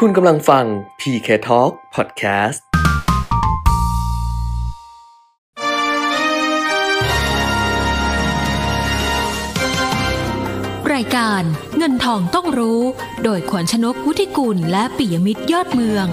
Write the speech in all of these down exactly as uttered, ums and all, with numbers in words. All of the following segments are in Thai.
คุณกำลังฟัง พี เค Talk Podcast รายการเงินทองต้องรู้โดยขวัญชนก วุฒิกุลและปิยมิตรยอดเมือง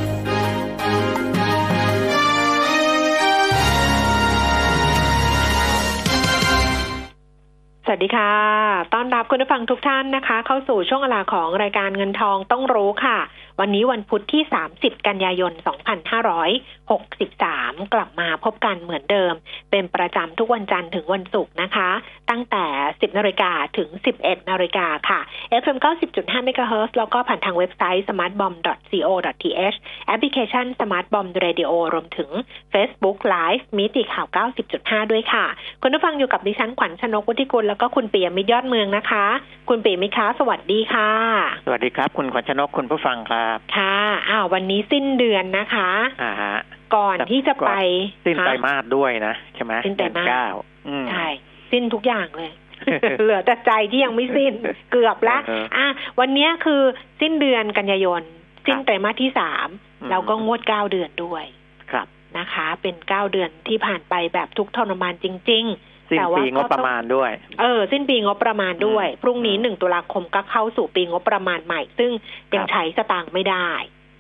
สวัสดีค่ะต้อนรับคุณผู้ฟังทุกท่านนะคะเข้าสู่ช่วงเวลาของรายการเงินทองต้องรู้ค่ะวันนี้วันพุธที่สามสิบกันยายนสองพันห้าร้อยหกสิบสามกลับมาพบกันเหมือนเดิมเป็นประจำทุกวันจันทร์ถึงวันศุกร์นะคะตั้งแต่ สิบนาฬิกา ถึง สิบเอ็ดนาฬิกาค่ะ เอฟ เอ็ม เก้าสิบจุดห้า เมกะเฮิรตซ์ แล้วก็ผ่านทางเว็บไซต์ สมาร์ทบอม ดอท ซี โอ ดอท ที เอช แอปพลิเคชัน Smart Bomb Radio รวมถึง Facebook Live มิติข่าว เก้าสิบจุดห้า ด้วยค่ะคุณผู้ฟังอยู่กับดิฉันขวัญชนก วุฒิกุลแล้วก็คุณปิยมิตรยอดเมืองนะคะคุณปิยมิตรคะสวัสดีค่ะสวัสดีครับคุณขวัญชนกคุณผู้ฟังครับค่ะอ้าววันนี้สิ้นเดือนนะคะอ่าฮะก่อนที่จะไปสิ้นไตรมาสด้วยนะใช่ไหมสิ้นไตรมาสใช่สิ้นทุกอย่างเลย เหลือแต่ใจที่ยังไม่สิ้นเกือบละอ่ะวันนี้คือสิ้นเดือนกันยายนสิ้นไตรมาสที่สามแล้วก็งวดเก้าเดือนด้วยครับนะคะเป็นเก้าเดือนที่ผ่านไปแบบทุกทรมานจริงๆสิ้นปีงบประมาณด้วยเออสิ้นปีงบประมาณด้วยพรุ่งนี้หนึ่งตุลาคมก็เข้าสู่ปีงบประมาณใหม่ซึ่งยังใช้สตางค์ไม่ได้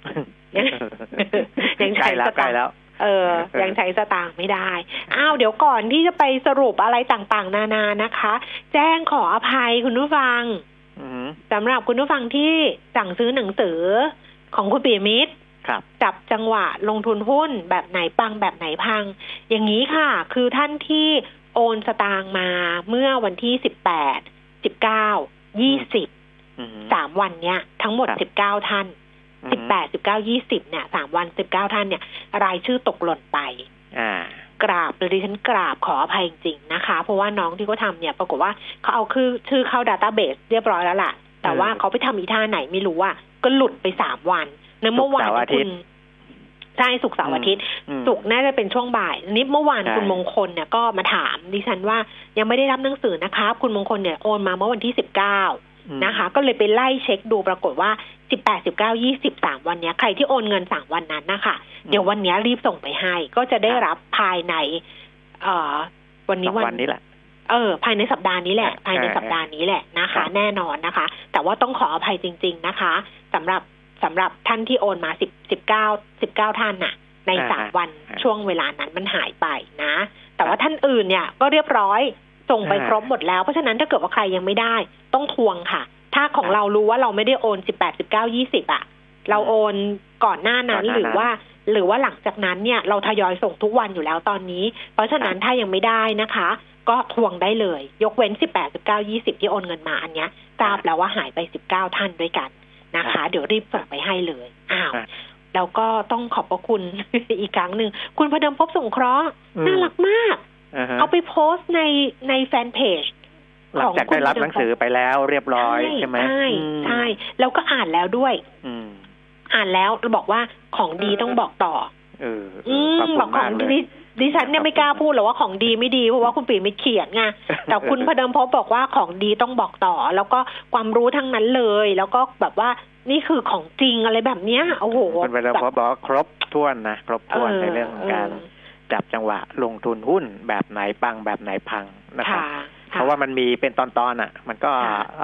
ยังใช้สตางค์เออยังใช้สตางค์ไม่ได้อ้าวเดี๋ยวก่อนที่จะไปสรุปอะไรต่างๆนานานะคะแจ้งขออภัยคุณผู้ฟังสำหรับคุณผู้ฟังที่สั่งซื้อหนังสือของคุณปิยมิตรจับจังหวะลงทุนหุ้นแบบไหนปังแบบไหนพังอย่างนี้ค่ะคือท่านที่โอนสตางค์มาเมื่อวันที่สิบแปด สิบเก้า ยี่สิบสามวันเนี้ยทั้งหมดสิบเก้าท่านสิบแปด สิบเก้า ยี่สิบเนี่ยสามวันสิบเก้าท่านเนี่ยรายชื่อตกหล่นไปกราบเลยดิฉันกราบขออภัยจริงๆนะคะเพราะว่าน้องที่เขาทำเนี่ยปรากฏว่าเขาเอาคือชื่อเข้าดัตต้าเบสเรียบร้อยแล้วล่ะแต่ว่าเขาไปทำอีท่าไหนไม่รู้อ่ะก็หลุดไปสามวันในเมื่อวานคุณใช่ศุกร์เสาร์อาทิตย์ศุกร์น่าจะเป็นช่วงบ่ายนิดเมื่อวานคุณมงคลเนี่ยก็มาถามดิฉันว่ายังไม่ได้รับหนังสือนะคะคุณมงคลเนี่ยโอนมาเมื่อวันที่สิบเก้านะคะก็เลยไปไล่เช็คดูปรากฏว่าสิบแปด สิบเก้า ยี่สิบสามวันเนี้ยใครที่โอนเงินสามวันนั้นนะคะเดี๋ยววันนี้รีบส่งไปให้ก็จะได้รับภายในเอ่อวันนี้วันนี้แหละเออภายในสัปดาห์นี้แหละภายในสัปดาห์นี้แหละนะคะแน่นอนนะคะแต่ว่าต้องขออภัยจริงๆนะคะสำหรับสำหรับท่านที่โอนมาสิบ สิบเก้า สิบเก้าท่านน่ะในสามวันช่วงเวลานั้นมันหายไปนะแต่ว่าท่านอื่นเนี่ยก็เรียบร้อยส่งไปครบหมดแล้วเพราะฉะนั้นถ้าเกิดว่าใครยังไม่ได้ต้องทวงค่ะถ้าของเรารู้ว่าเราไม่ได้โอนสิบแปด สิบเก้า ยี่สิบอ่ะเราโอนก่อนหน้านั้นหรือว่าหรือว่าหลังจากนั้นเนี่ยเราทยอยส่งทุกวันอยู่แล้วตอนนี้เพราะฉะนั้นถ้ายังไม่ได้นะคะก็ทวงได้เลยยกเว้นสิบแปด สิบเก้า ยี่สิบที่โอนเงินมาอันเนี้ยทราบแล้วว่าหายไปสิบเก้าท่านด้วยกันนะคะเดี๋ยวรีบส่งไปให้เลยอ้าวแล้วก็ต้องขอบพระคุณ อีกครั้งหนึ่งคุณพเดิมพบสงเคราะห์น่ารักมาก uh-huh. เอาไปโพสต์ในในแฟนเพจหลังจากได้รับหนังสือไปแล้วเรียบร้อยใช่ไหมใช่ใช่แล้วก็อ่านแล้วด้วยอ่านแล้วบอกว่าของดีต้องบอกต่อเออบอกของดีดิฉันเนี่ยไม่กล้าพูดหรอกว่าของดีไม่ดีเพราะว่าคุณปีไม่เขียนไงแต่คุณพเดิมพบบอกว่าของดีต้องบอกต่อแล้วก็ความรู้ทั้งนั้นเลยแล้วก็แบบว่านี่คือของจริงอะไรแบบเนี้ยโอ้โหคุณพเดิมพบบอกครบถ้วนนะครบถ้วนในเรื่องของการจับจังหวะลงทุนหุ้นแบบไหนปังแบบไหนพังนะครับเพราะว่ามันมีเป็นตอนๆอ่ะมันก็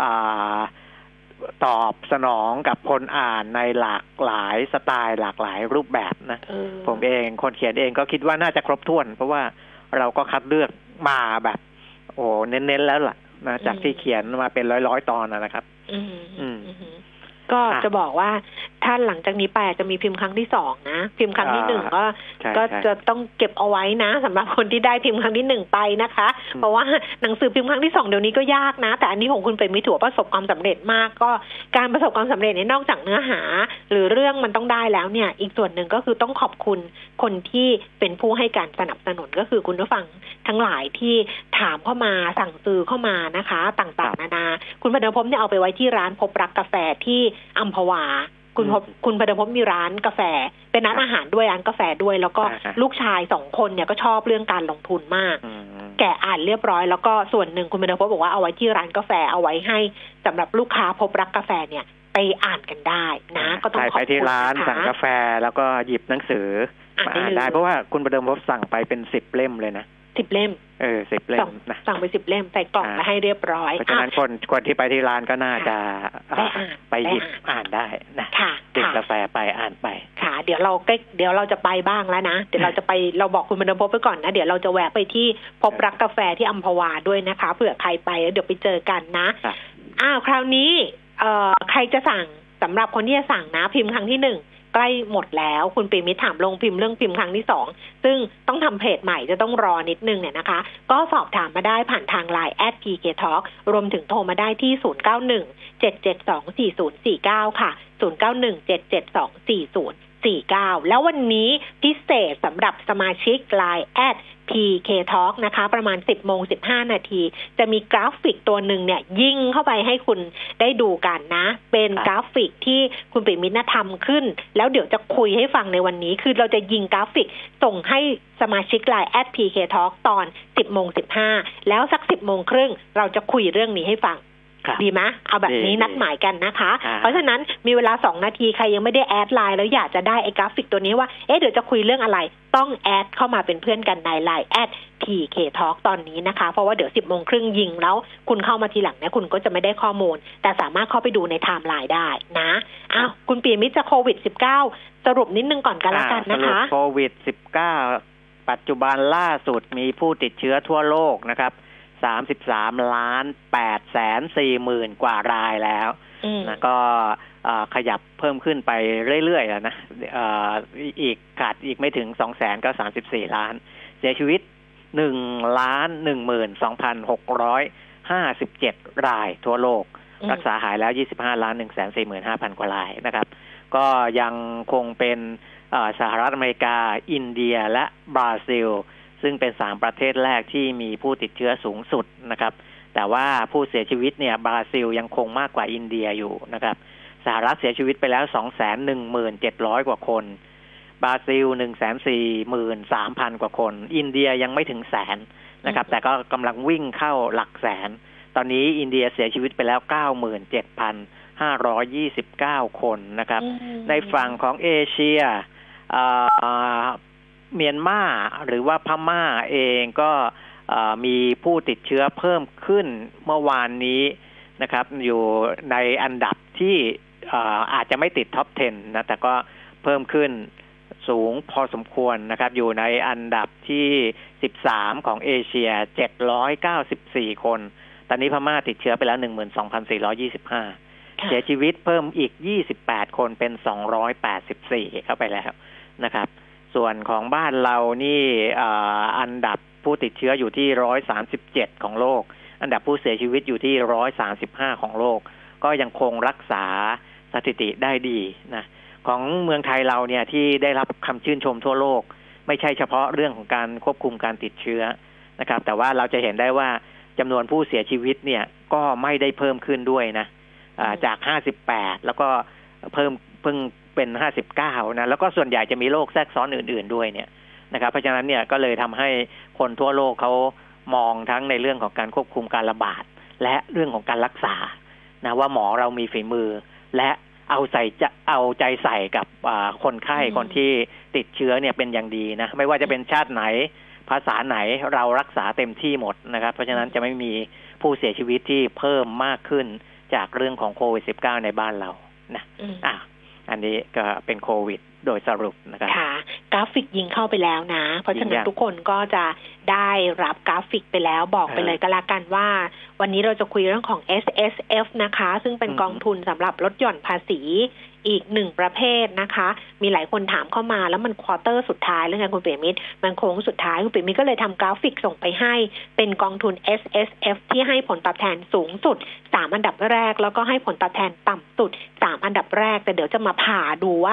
ตอบสนองกับคนอ่านในหลากหลายสไตล์หลากหลายรูปแบบนะผมเองคนเขียนเองก็คิดว่าน่าจะครบถ้วนเพราะว่าเราก็คัดเลือกมาแบบโอ้เน้นๆแล้วล่ะนะจากที่เขียนมาเป็นร้อยๆตอนนะครับอืมก็จะบอกว่าถ้าหลังจากนี้ไปจะมีพิมพ์ครั้งที่สองนะพิมพ์ครั้งที่หนึ่งก็ก็จะต้องเก็บเอาไว้นะสำหรับคนที่ได้พิมพ์ครั้งที่หนึ่งไปนะคะเพราะว่าหนังสือพิมพ์ครั้งที่สองเดี๋ยวนี้ก็ยากนะแต่อันนี้ของคุณเป็นมิถือว่าประสบความสำเร็จมากก็การประสบความสำเร็จเนี่ยนอกจากเนื้อหาหรือเรื่องมันต้องได้แล้วเนี่ยอีกส่วนหนึ่งก็คือต้องขอบคุณคนที่เป็นผู้ให้การสนับสนุนก็คือคุณผู้ฟังทั้งหลายที่ถามเข้ามาสั่งซื้อเข้ามานะคะต่างๆนานาคุณพเดิมพบเนี่ยเอาไปไว้ที่ร้านพบรักกาแฟที่อัมพวาคุณพบคุณพเดิมพบมีร้านกาแฟเป็นร้านอาหารด้วยร้านกาแฟด้วยแล้วก็ลูกชายสองคนเนี่ยก็ชอบเรื่องการลงทุนมากแกอ่านเรียบร้อยแล้วก็ส่วนหนึ่งคุณพเดิมพบบอกว่าเอาไว้ที่ร้านกาแฟเอาไว้ให้สำหรับลูกค้าพบรักกาแฟเนี่ยไปอ่านกันได้นะก็ต้องขอบคุณไปที่ร้านสั่งกาแฟแล้วก็หยิบหนังสือมาอ่านได้เพราะว่าคุณประเดิมพบสั่งไปเป็นสิบเล่มเลยนะสิบเล่มเออสิบเล่มนะสั่งไปสิบเล่มใส่กล่องมาให้เรียบร้อยเพราะฉะนั้นคนคนที่ไปที่ร้านก็น่าจะไปหยิบอ่านได้นะดื่มกาแฟไปอ่านไปค่ะเดี๋ยวเราก็เดี๋ยวเราจะไปบ้างแล้วนะเดี๋ยวเราจะไปเราบอกคุณประเดิมพบไปก่อนนะเดี๋ยวเราจะแวะไปที่พบรักกาแฟที่อัมพวาด้วยนะคะเผื่อใครไปแล้วเดี๋ยวไปเจอกันนะอ้าวคราวนี้เอ่อใครจะสั่งสำหรับคนที่จะสั่งนะพิมพ์ครั้งที่หนึ่งใกล้หมดแล้วคุณปิ่มมิตรถามลงพิมพ์เรื่องพิมพ์ครั้งที่สองซึ่งต้องทำเพจใหม่จะต้องรอนิดนึงเนี่ยนะคะก็สอบถามมาได้ผ่านทาง ไลน์ แอท พี เค ทอล์ก รวมถึงโทรมาได้ที่ศูนย์ เก้า หนึ่ง เจ็ด เจ็ด สอง สี่ ศูนย์ สี่ เก้าค่ะศูนย์ เก้า หนึ่ง เจ็ด เจ็ด สอง สี่ ศูนย์ สี่ เก้าแล้ววันนี้พิเศษสำหรับสมาชิก ไลน์ แอท พี เค ทอล์ก นะคะประมาณ สิบโมงสิบห้า นาทีจะมีกราฟิกตัวหนึ่งเนี่ยยิงเข้าไปให้คุณได้ดูกันนะเป็นกราฟิกที่คุณปิ่มมิตรทำขึ้นแล้วเดี๋ยวจะคุยให้ฟังในวันนี้คือเราจะยิงกราฟิกส่งให้สมาชิก ไลน์ แอท พี เค ทอล์ก ตอน สิบโมงสิบห้า แล้วสัก สิบโมงครึ่งเราจะคุยเรื่องนี้ให้ฟังดีไหมเอาแบบนี้นัดหมายกันนะคะเพราะฉะนั้นมีเวลาสองนาทีใครยังไม่ได้แอดไลน์แล้วอยากจะได้ไอ้กราฟิกตัวนี้ว่าเอ๊ะเดี๋ยวจะคุยเรื่องอะไรต้องแอดเข้ามาเป็นเพื่อนกันใน ไลน์ แอท พี เค ทอล์ก ตอนนี้นะคะเพราะว่าเดี๋ยว สิบโมงครึ่งยิงแล้วคุณเข้ามาทีหลังเนี่ยคุณก็จะไม่ได้ข้อมูลแต่สามารถเข้าไปดูในไทม์ไลน์ได้นะอ้าวคุณปีมิตรจะโควิด สิบเก้า สรุปนิดนึงก่อนกันละกันนะคะสรุปโควิด สิบเก้า ปัจจุบันล่าสุดมีผู้ติดเชื้อทั่วโลกนะครับสามสิบสามล้านแปดแสนสี่หมื่นกว่ารายแล้วนะก็ขยับเพิ่มขึ้นไปเรื่อยๆแล้วนะอีกขาดอีกไม่ถึง สองแสน ก็สามสิบสี่ล้านเสียชีวิต หนึ่งล้านหนึ่งหมื่นสองพันหกร้อยห้าสิบเจ็ด รายทั่วโลกรักษาหายแล้วยี่สิบห้าล้านหนึ่งแสนสี่หมื่นห้าพัน กว่ารายนะครับก็ยังคงเป็นสหรัฐอเมริกาอินเดียและบราซิลซึ่งเป็นสามประเทศแรกที่มีผู้ติดเชื้อสูงสุดนะครับแต่ว่าผู้เสียชีวิตเนี่ยบราซิลยังคงมากกว่าอินเดียอยู่นะครับสหรัฐเสียชีวิตไปแล้ว สองแสนหนึ่งหมื่นเจ็ดร้อย กว่าคนบราซิล หนึ่งแสนสี่หมื่นสามพัน กว่าคนอินเดียยังไม่ถึงแสนนะครับแต่ก็กำลังวิ่งเข้าหลักแสนตอนนี้อินเดียเสียชีวิตไปแล้ว เก้าหมื่นเจ็ดพันห้าร้อยยี่สิบเก้า คนนะครับในฝั่งของเอเชียเมียนมาหรือว่าพม่าเองก็มีผู้ติดเชื้อเพิ่มขึ้นเมื่อวานนี้นะครับอยู่ในอันดับที่อาจจะไม่ติดท็อปสิบนะแต่ก็เพิ่มขึ้นสูงพอสมควรนะครับอยู่ในอันดับที่สิบสามของเอเชียเจ็ดร้อยเก้าสิบสี่คนตอนนี้พม่าติดเชื้อไปแล้ว หนึ่งหมื่นสองพันสี่ร้อยยี่สิบห้า เสียชีวิตเพิ่มอีกยี่สิบแปดคนเป็นสองร้อยแปดสิบสี่เข้าไปแล้วนะครับส่วนของบ้านเรานี่อันดับผู้ติดเชื้ออยู่ที่หนึ่งร้อยสามสิบเจ็ดของโลกอันดับผู้เสียชีวิตอยู่ที่หนึ่งร้อยสามสิบห้าของโลกก็ยังคงรักษาสถิติได้ดีนะของเมืองไทยเราเนี่ยที่ได้รับคำชื่นชมทั่วโลกไม่ใช่เฉพาะเรื่องของการควบคุมการติดเชื้อนะครับแต่ว่าเราจะเห็นได้ว่าจำนวนผู้เสียชีวิตเนี่ยก็ไม่ได้เพิ่มขึ้นด้วยนะจากห้าสิบแปดแล้วก็เพิ่มเพิ่งเป็นห้าสิบเก้านะแล้วก็ส่วนใหญ่จะมีโรคแทรกซ้อนอื่นๆด้วยเนี่ยนะครับเพราะฉะนั้นเนี่ยก็เลยทำให้คนทั่วโลกเขามองทั้งในเรื่องของการควบคุมการระบาดและเรื่องของการรักษานะว่าหมอเรามีฝีมือและเอาใส่จะเอาใจใส่กับคนไข้คนที่ติดเชื้อเนี่ยเป็นอย่างดีนะไม่ว่าจะเป็นชาติไหนภาษาไหนเรารักษาเต็มที่หมดนะครับเพราะฉะนั้นจะไม่มีผู้เสียชีวิตที่เพิ่มมากขึ้นจากเรื่องของโควิด สิบเก้า ในบ้านเรานะอ่ะอันนี้ก็เป็นโควิดโดยสรุปนะครับค่ะกราฟิกยิงเข้าไปแล้วนะเพราะฉะนั้นทุกคนก็จะได้รับกราฟิกไปแล้วบอกไปเลยก็แล้วกันว่าวันนี้เราจะคุยเรื่องของ เอส เอส เอฟ นะคะซึ่งเป็นกองทุนสำหรับลดหย่อนภาษีอีกหนึ่งประเภทนะคะมีหลายคนถามเข้ามาแล้วมันควอเตอร์สุดท้ายแล้วไงคุณเปียมิตรมันโค้งสุดท้ายคุณเปียมิตรก็เลยทำกราฟิกส่งไปให้เป็นกองทุน เอส เอส เอฟ ที่ให้ผลตอบแทนสูงสุดสามอันดับแรกแล้วก็ให้ผลตอบแทนต่ำสุดสามอันดับแรกแต่เดี๋ยวจะมาผ่าดูว่า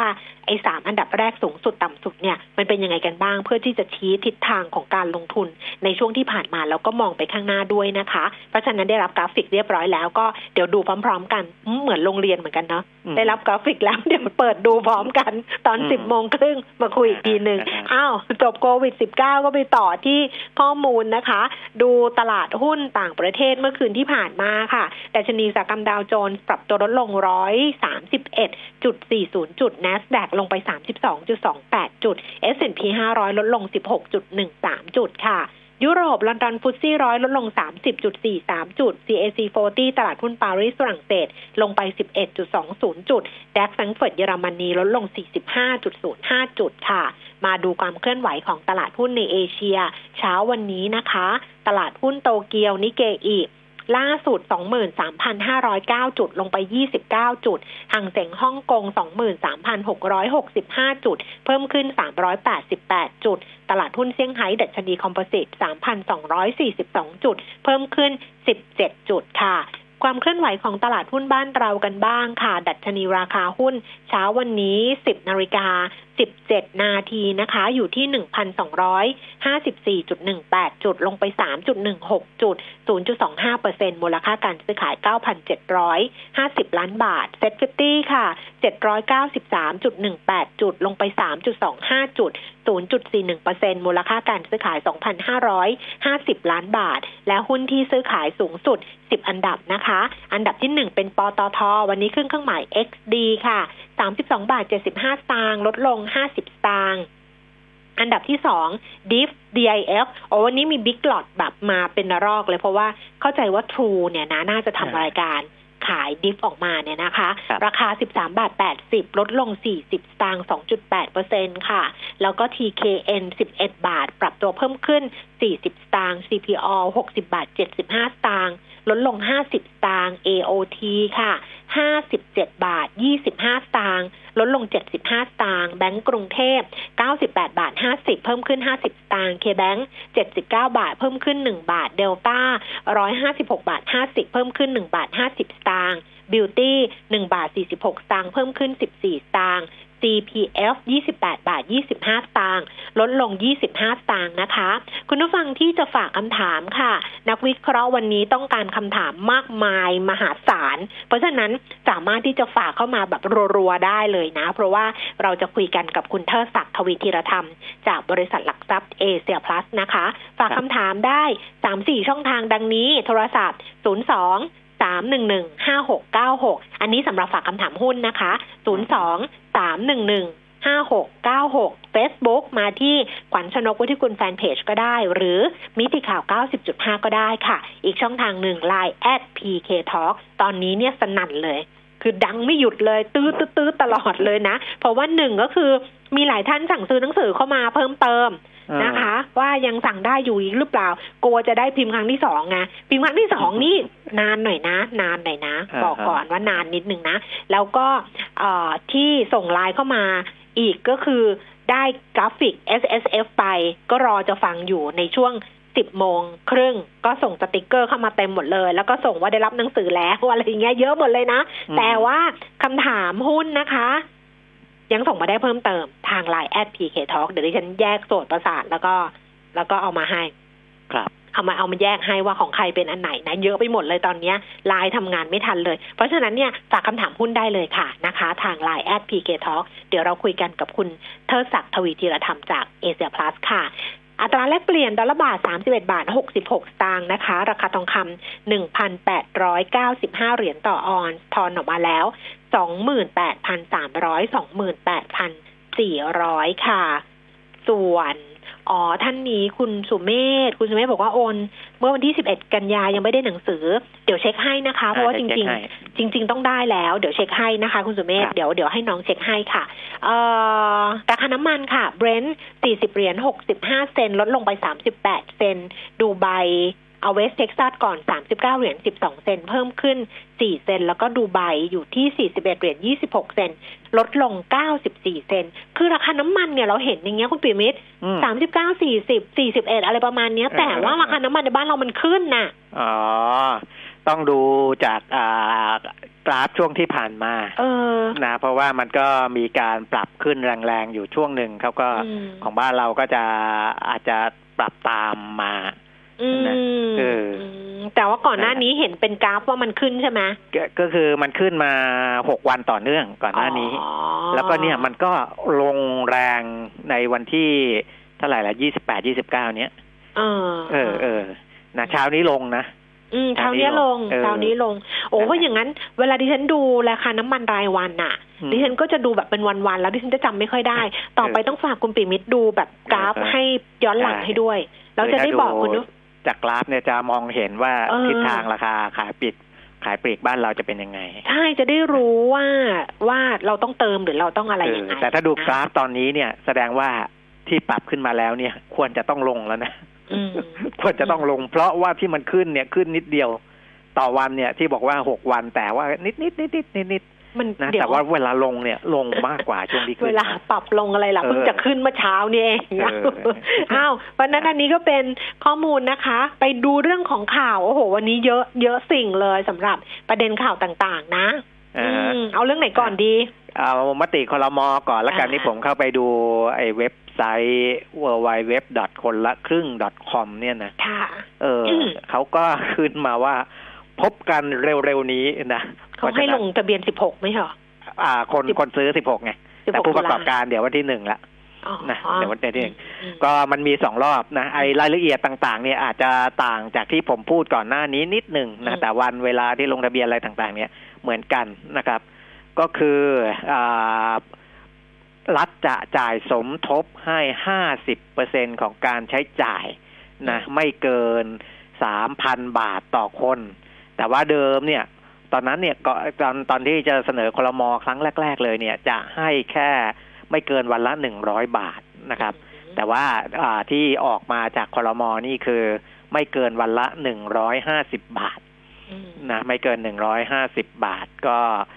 อ้สามอันดับแรกสูงสุดต่ำสุดเนี่ยมันเป็นยังไงกันบ้างเพื่อที่จะชี้ทิศทางของการลงทุนในช่วงที่ผ่านมาแล้วก็มองไปข้างหน้าด้วยนะคะเพราะฉะนั้นได้รับกราฟิกเรียบร้อยแล้วก็เดี๋ยวดูพร้อมๆกันเหมือนโรงเรียนเหมือนกันเนาะได้รับกราฟิกแล้วเดี๋ยวเปิดดูพร้อมกันตอน สิบโมงครึ่งมาคุยอีกทีนึงอ้าวจบโควิด สิบเก้า ก็ไปต่อที่ข้อมูลนะคะดูตลาดหุ้นต่างประเทศเมื่อคืนที่ผ่านมาค่ะดัชนีอุตสาหกรรมดาวโจนส์ปรับตัวลดลงหนึ่งร้อยสามสิบเอ็ดจุดสี่ศูนย์ จุด NASDAQ ลงไป สามสิบสองจุดสองแปด จุด เอส แอนด์ พี ห้าร้อยลดลง สิบหกจุดหนึ่งสาม จุดค่ะยุโรปลอนดอนฟุตซี่ร้อยลดลง สามสิบจุดสี่สาม จุด ซี เอ ซี สี่สิบตลาดหุ้นปารีสฝรั่งเศสลงไป สิบเอ็ดจุดสองศูนย์ จุด ดัค แฟรงก์เฟิร์ตเยอรมนีลดลง สี่สิบห้าจุดศูนย์ห้า จุดค่ะมาดูความเคลื่อนไหวของตลาดหุ้นในเอเชียเช้าวันนี้นะคะตลาดหุ้นโตเกียวนิเกอิล่าสุด สองหมื่นสามพันห้าร้อยเก้า จุดลงไปยี่สิบเก้าจุดหังเส็งฮ่องกง สองหมื่นสามพันหกร้อยหกสิบห้า จุดเพิ่มขึ้นสามร้อยแปดสิบแปดจุดตลาดหุ้นเซี่ยงไฮ้ดัชนีคอมโพสิต สามพันสองร้อยสี่สิบสอง จุดเพิ่มขึ้นสิบเจ็ดจุดค่ะความเคลื่อนไหวของตลาดหุ้นบ้านเรากันบ้างค่ะดัชนีราคาหุ้นเช้าวันนี้ สิบนาฬิกาสิบเจ็ดนาทีนะคะอยู่ที่ หนึ่งพันสองร้อยห้าสิบสี่จุดหนึ่งแปด จุดลงไป สามจุดหนึ่งหก จุด ศูนย์จุดสองห้าเปอร์เซ็นต์ มูลค่าการซื้อขาย เก้าพันเจ็ดร้อยห้าสิบ ล้านบาท เซ็ต ห้าสิบ ค่ะ เจ็ดร้อยเก้าสิบสามจุดหนึ่งแปด จุดลงไป สามจุดสองห้า จุด ศูนย์จุดสี่หนึ่งเปอร์เซ็นต์ มูลค่าการซื้อขาย สองพันห้าร้อยห้าสิบ ล้านบาทและหุ้นที่ซื้อขายสูงสุดสิบอันดับนะคะอันดับที่หนึ่งเป็นปตท.วันนี้ขึ้นเครื่องหมาย เอ็กซ์ ดี ค่ะสามสิบสองบาทเจ็ดสิบห้าสตางค์ลดลงห้าสิบสตางค์อันดับที่สอง ดิฟ ดี ไอ เอฟ โอ้วันนี้มีบิ๊กล็อตแบบมาเป็นระลอกเลยเพราะว่าเข้าใจว่า True เนี่ยนะน่าจะทำรายการขายดิฟออกมาเนี่ยนะคะราคาสิบสามบาทแปดสิบลดลงสี่สิบสตางค์ สองจุดแปดเปอร์เซ็นต์ ค่ะแล้วก็ ที เค เอ็น สิบเอ็ดบาทปรับตัวเพิ่มขึ้นสี่สิบสตางค์ ซี พี โอ หกสิบบาทเจ็ดสิบห้าสตางค์ลดลงห้าสิบสตางค์ เอ โอ ที ค่ะห้าสิบเจ็ดบาทยี่สิบห้าสตางค์ลดลงเจ็ดสิบห้าสตางค์แบงก์กรุงเทพเก้าสิบแปดบาทห้าสิบเพิ่มขึ้นห้าสิบสตางค์ K-Bank เจ็ดสิบเก้าบาทเพิ่มขึ้นหนึ่งบาทเดลต้าหนึ่งร้อยห้าสิบหกบาทห้าสิบเพิ่มขึ้นหนึ่งบาทห้าสิบสตางค์บิวตี้หนึ่งบาทสี่สิบหกสตางค์เพิ่มขึ้นสิบสี่สตางค์ ซี พี เอฟ ยี่สิบแปดบาทยี่สิบห้าสตางค์ลดลงยี่สิบห้าสตางค์นะคะคุณผู้ฟังที่จะฝากคำถามค่ะนักวิเคราะห์วันนี้ต้องการคำถามมากมายมหาศาลเพราะฉะนั้นสามารถที่จะฝากเข้ามาแบบรัวๆได้เลยนะเพราะว่าเราจะคุยกันกับคุณเทิดศักดิ์ทวีธีรธรรมจากบริษัทหลักทรัพย์เอเชียพลัสนะคะฝากคำถามได้ สามสี่ ช่องทางดังนี้โทรศัพท์ศูนย์ สอง สาม หนึ่ง หนึ่ง ห้า หก เก้า หกอันนี้สำหรับฝากคำถามหุ้นนะคะศูนย์ สอง สาม หนึ่ง หนึ่ง ห้า หก เก้า หก Facebook มาที่ขวัญชนกวุฒิกุลแฟนเพจก็ได้หรือมิติข่าว เก้าสิบจุดห้า ก็ได้ค่ะอีกช่องทางหนึ่ง ไลน์ แอท พี เค ทอล์ก ตอนนี้เนี่ยสนั่นเลยคือดังไม่หยุดเลยตื้อตื้อตลอดเลยนะเพราะว่าหนึ่งก็คือมีหลายท่านสั่งซื้อหนังสือเข้ามาเพิ่มเติมนะคะว่ายังสั่งได้อยู่อีกหรือเปล่ากลัวจะได้พิมพ์ครั้งที่สองไงพิมพ์ครั้งที่สองนี่นานหน่อยนะนานหน่อยนะบอกก่อนว่านานนิดนึงนะแล้วก็ที่ส่งไลน์เข้ามาอีกก็คือได้กราฟิก เอส เอส เอฟ ไปก็รอจะฟังอยู่ในช่วงสิบโมงครึ่งก็ส่งสติกเกอร์เข้ามาเต็มหมดเลยแล้วก็ส่งว่าได้รับหนังสือแล้วอะไรอย่างเงี้ยเยอะหมดเลยนะแต่ว่าคำถามหุ้นนะคะยังส่งมาได้เพิ่มเติมทาง ไลน์ แอท พี เค ทอล์ก เดี๋ยวดิฉันแยกโสตประสาทแล้วก็แล้วก็เอามาให้ครับเอามาเอามาแยกให้ว่าของใครเป็นอันไหนนะเยอะไปหมดเลยตอนนี้ไลน์ทำงานไม่ทันเลยเพราะฉะนั้นเนี่ยฝากคำถามหุ้นได้เลยค่ะนะคะทาง ไลน์ แอท พี เค ทอล์ก เดี๋ยวเราคุยกันกับคุณเทิดศักดิ์ทวีธีรธรรมจากเอเชียพลัสค่ะอัตราแลกเปลี่ยนดอลลาร์บาทสามสิบเอ็ดบาทหกสิบหกสตางค์นะคะราคาทองคำ หนึ่งพันแปดร้อยเก้าสิบห้า เหรียญต่อออนซ์ทอนออกมาแล้ว สองหมื่นแปดพันสามร้อย สองหมื่นแปดพันสี่ร้อย ค่ะส่วนอ๋อท่านนี้คุณสุเมธคุณสุเมธบอกว่าโอนเมื่อวันที่สิบเอ็ดกันยายังไม่ได้หนังสือเดี๋ยวเช็คให้นะคะเพราะว่าจริงๆจริงๆต้องได้แล้วเดี๋ยวเช็คให้นะคะคุณสุเมธเดี๋ยวเดี๋ยวให้น้องเช็คให้ค่ะเอ่อราคาน้ำมันค่ะ Brent สี่สิบเหรียญหกสิบห้าเซนต์ลดลงไปสามสิบแปดเซนต์ดูไบเอาเวสเท็กซัสก่อนสามสิบเก้าเหรียญสิบสองเซนต์เพิ่มขึ้นสี่เซนต์แล้วก็ดูไบอยู่ที่สี่สิบเอ็ดเหรียญยี่สิบหกเซนต์ลดลงเก้าสิบสี่เซนต์คือราคาน้ำมันเนี่ยเราเห็นอย่างเงี้ยคุณปิยมิตรสามสิบเก้า สี่สิบ สี่สิบเอ็ดอะไรประมาณเนี้ยแต่ว่าราคาน้ำมันในบ้านเรามันขึ้นน่ะอ๋อต้องดูจากกราฟช่วงที่ผ่านมาเออนะเพราะว่ามันก็มีการปรับขึ้นแรงๆอยู่ช่วงหนึ่งเขาก็ของบ้านเราก็จะอาจจะปรับตามมานะเออแต่ว่าก่อนหน้านี้เห็นเป็นกราฟว่ามันขึ้นใช่ไหมก็คือมันขึ้นมาหกวันต่อเนื่องก่อนหน้านี้แล้วก็เนี่ยมันก็ลงแรงในวันที่เท่าไหร่ละยี่สิบแปด ยี่สิบเก้าเนี้ยเออเออเออนะเช้านี้ลงนะอืมเช้านี้ลงเช้านี้ลงโอ้เพราะอย่างนั้นเวลาดิฉันดูราคาน้ำมันรายวันน่ะดิฉันก็จะดูแบบเป็นวันๆแล้วดิฉันจะจำไม่ค่อยได้ต่อไปต้องฝากคุณปิมิตรดูแบบกราฟให้ย้อนหลังให้ด้วยแล้วจะได้บอกคุณนุ๊กจากกราฟเนี่ยจะมองเห็นว่าทิศทางราคาขายปลีกขายปลีกบ้านเราจะเป็นยังไงใช่จะได้รู้ว่าว่าเราต้องเติมหรือเราต้องอะไรยังไงแต่ถ้าดูกราฟตอนนี้เนี่ยแสดงว่าที่ปรับขึ้นมาแล้วเนี่ยควรจะต้องลงแล้วนะควรจะต้องลงเพราะว่าที่มันขึ้นเนี่ยขึ้นนิดเดียวต่อวันเนี่ยที่บอกว่าหกวันแต่ว่านิดนิดนิดนิดนิดนิดมันนะแต่ว่าเวลาลงเนี่ยลงมากกว่าช่วงที่ขึ้นเวลาปรับลงอะไรล่ะเพิ่งจะขึ้นเมื่อเช้านี่เองอ้าววันนั้นอันนี้ก็เป็นข้อมูลนะคะไปดูเรื่องของข่าวโอ้โหวันนี้เยอะเยอะสิ่งเลยสำหรับประเด็นข่าวต่างๆนะเอาเรื่องไหนก่อนดีเอามติครม.ก่อนแล้วกันนี่ผมเข้าไปดูไอ้เว็บไซต์ ดับเบิลยู ดับเบิลยู ดับเบิลยู ดอท คนละครึ่ง ดอท คอม เนี่ยนะเออเขาก็ขึ้นมาว่าพบกันเร็วๆนี้นะเขาให้ลงทะเบียนสิบหกไม่ใช่หรออ่าคนคนซื้อสิบหกไงแต่ผู้ประกอบการเดี๋ยววันที่หนึ่งละนะเดี๋ยววันที่หนึ่งก็มันมีสองรอบนะไอ้รายละเอียดต่างๆเนี่ยอาจจะต่างจากที่ผมพูดก่อนหน้านี้นิดหนึ่งนะแต่วันเวลาที่ลงทะเบียนอะไรต่างๆเนี่ยเหมือนกันนะครับก็คืออ่ารัฐจะจ่ายสมทบให้ ห้าสิบเปอร์เซ็นต์ ของการใช้จ่ายนะไม่เกิน สามพัน บาทต่อคนแต่ว่าเดิมเนี่ยตอนนั้นเนี่ยตอนตอนที่จะเสนอครม.ครั้งแรกๆเลยเนี่ยจะให้แค่ไม่เกินวันละหนึ่งร้อยบาทนะครับแต่ว่าที่ออกมาจากครม.นี่คือไม่เกินวันละหนึ่งร้อยห้าสิบบาทนะไม่เกินหนึ่งร้อยห้าสิบบาทก็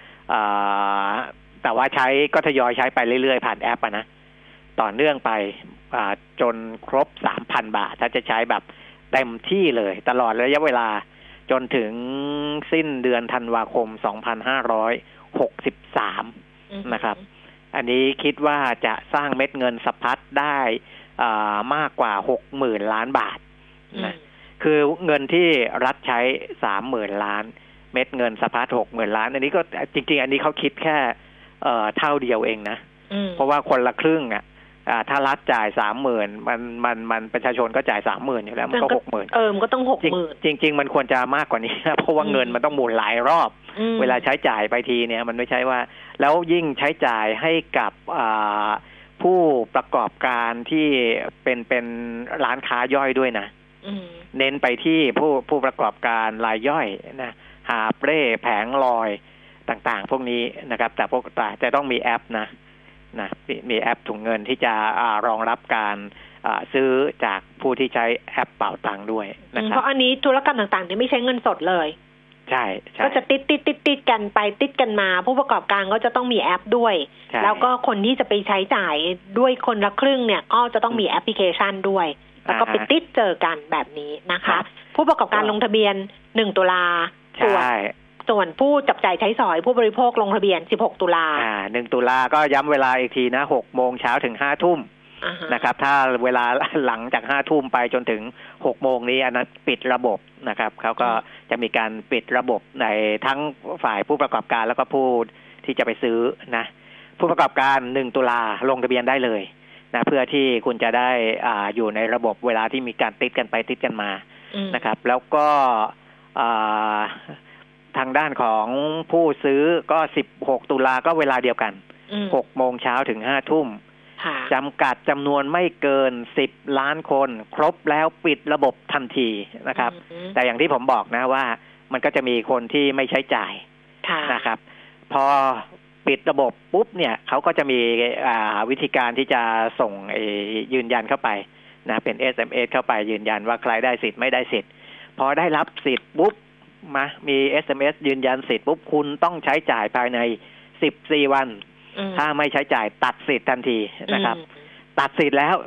แต่ว่าใช้ก็ทยอยใช้ไปเรื่อยๆผ่านแอปนะต่อเนื่องไปจนครบ สามพัน บาทถ้าจะใช้แบบเต็มที่เลยตลอดระยะเวลาจนถึงสิ้นเดือนธันวาคมสองพันห้าร้อยหกสิบสามนะครับอันนี้คิดว่าจะสร้างเม็ดเงินสะพัดได้มากกว่า หกหมื่น ล้านบาทนะคือเงินที่รัฐใช้ สามหมื่น ล้านเม็ดเงินสะพัด หกหมื่น ล้านอันนี้ก็จริงๆอันนี้เขาคิดแค่เท่าเดียวเองนะเพราะว่าคนละครึ่งอ่ะถ้ารัฐจ่าย สามหมื่น มันมันมันประชาชนก็จ่าย สามหมื่น อยู่แล้วมันก็ หกหมื่นเออมันก็ต้อง หกหมื่นจริงๆมันควรจะมากกว่านี้เพราะว่าเงินมันต้องหมุนหลายรอบเวลาใช้จ่ายไปทีเนี่ยมันไม่ใช่ว่าแล้วยิ่งใช้จ่ายให้กับผู้ประกอบการที่เป็นเป็นร้านค้าย่อยด้วยนะเน้นไปที่ผู้ผู้ประกอบการรายย่อยนะหาเปร่แผงลอยต่างๆพวกนี้นะครับแต่พวกแต่จะต้องมีแอปนะนะมีแอปถุงเงินที่จะรองรับการซื้อจากผู้ที่ใช้แอปเป๋าตังค์ด้วยนะครับเพราะอันนี้ธุรกรรมต่างๆนี่ไม่ใช้เงินสดเลยใช่ก็จะติดติดติดติดกันไปติดกันมาผู้ประกอบการก็จะต้องมีแอปด้วยแล้วก็คนที่จะไปใช้จ่ายด้วยคนละครึ่งเนี่ยก็จะต้องมีแอปพลิเคชันด้วยแล้วก็ไปติดเจอกันแบบนี้นะคะผู้ประกอบการลงทะเบียนหนึ่งตุลาส่วนส่วนผู้จับจ่ายใช้สอยผู้บริโภคลงทะเบียนสิบหกตุลาอ่าหนึ่งตุลาก็ย้ำเวลาอีกทีนะหกโมงเช้าถึงห้าทุ่มนะครับถ้าเวลาหลังจากห้าทุ่มไปจนถึงหกโมงนี้อันนั้นปิดระบบนะครับเขาก็จะมีการปิดระบบในทั้งฝ่ายผู้ประกอบการแล้วก็ผู้ที่จะไปซื้อนะผู้ประกอบการหนึ่งตุลาลงทะเบียนได้เลยนะเพื่อที่คุณจะได้อ่าอยู่ในระบบเวลาที่มีการติดกันไปติดกันมานะครับแล้วก็อ่าทางด้านของผู้ซื้อก็สิบหกตุลาก็เวลาเดียวกันหกโมงเช้าถึงห้าทุ่มจำกัดจำนวนไม่เกินสิบล้านคนครบแล้วปิดระบบทันทีนะครับแต่อย่างที่ผมบอกนะว่ามันก็จะมีคนที่ไม่ใช้จ่ายนะครับพอปิดระบบปุ๊บเนี่ยเขาก็จะมีวิธีการที่จะส่งยืนยันเข้าไปนะเป็น เอส เอ็ม เอส เข้าไปยืนยันว่าใครได้สิทธิ์ไม่ได้สิทธิ์พอได้รับสิทธิ์ปุ๊บมามี เอส เอ็ม เอส ยืนยันสิทธิ์ปุ๊บคุณต้องใช้จ่ายภายในสิบสี่วันถ้าไม่ใช้จ่ายตัดสิทธิ์ทันทีนะครับตัดสิทธิ์แล้วท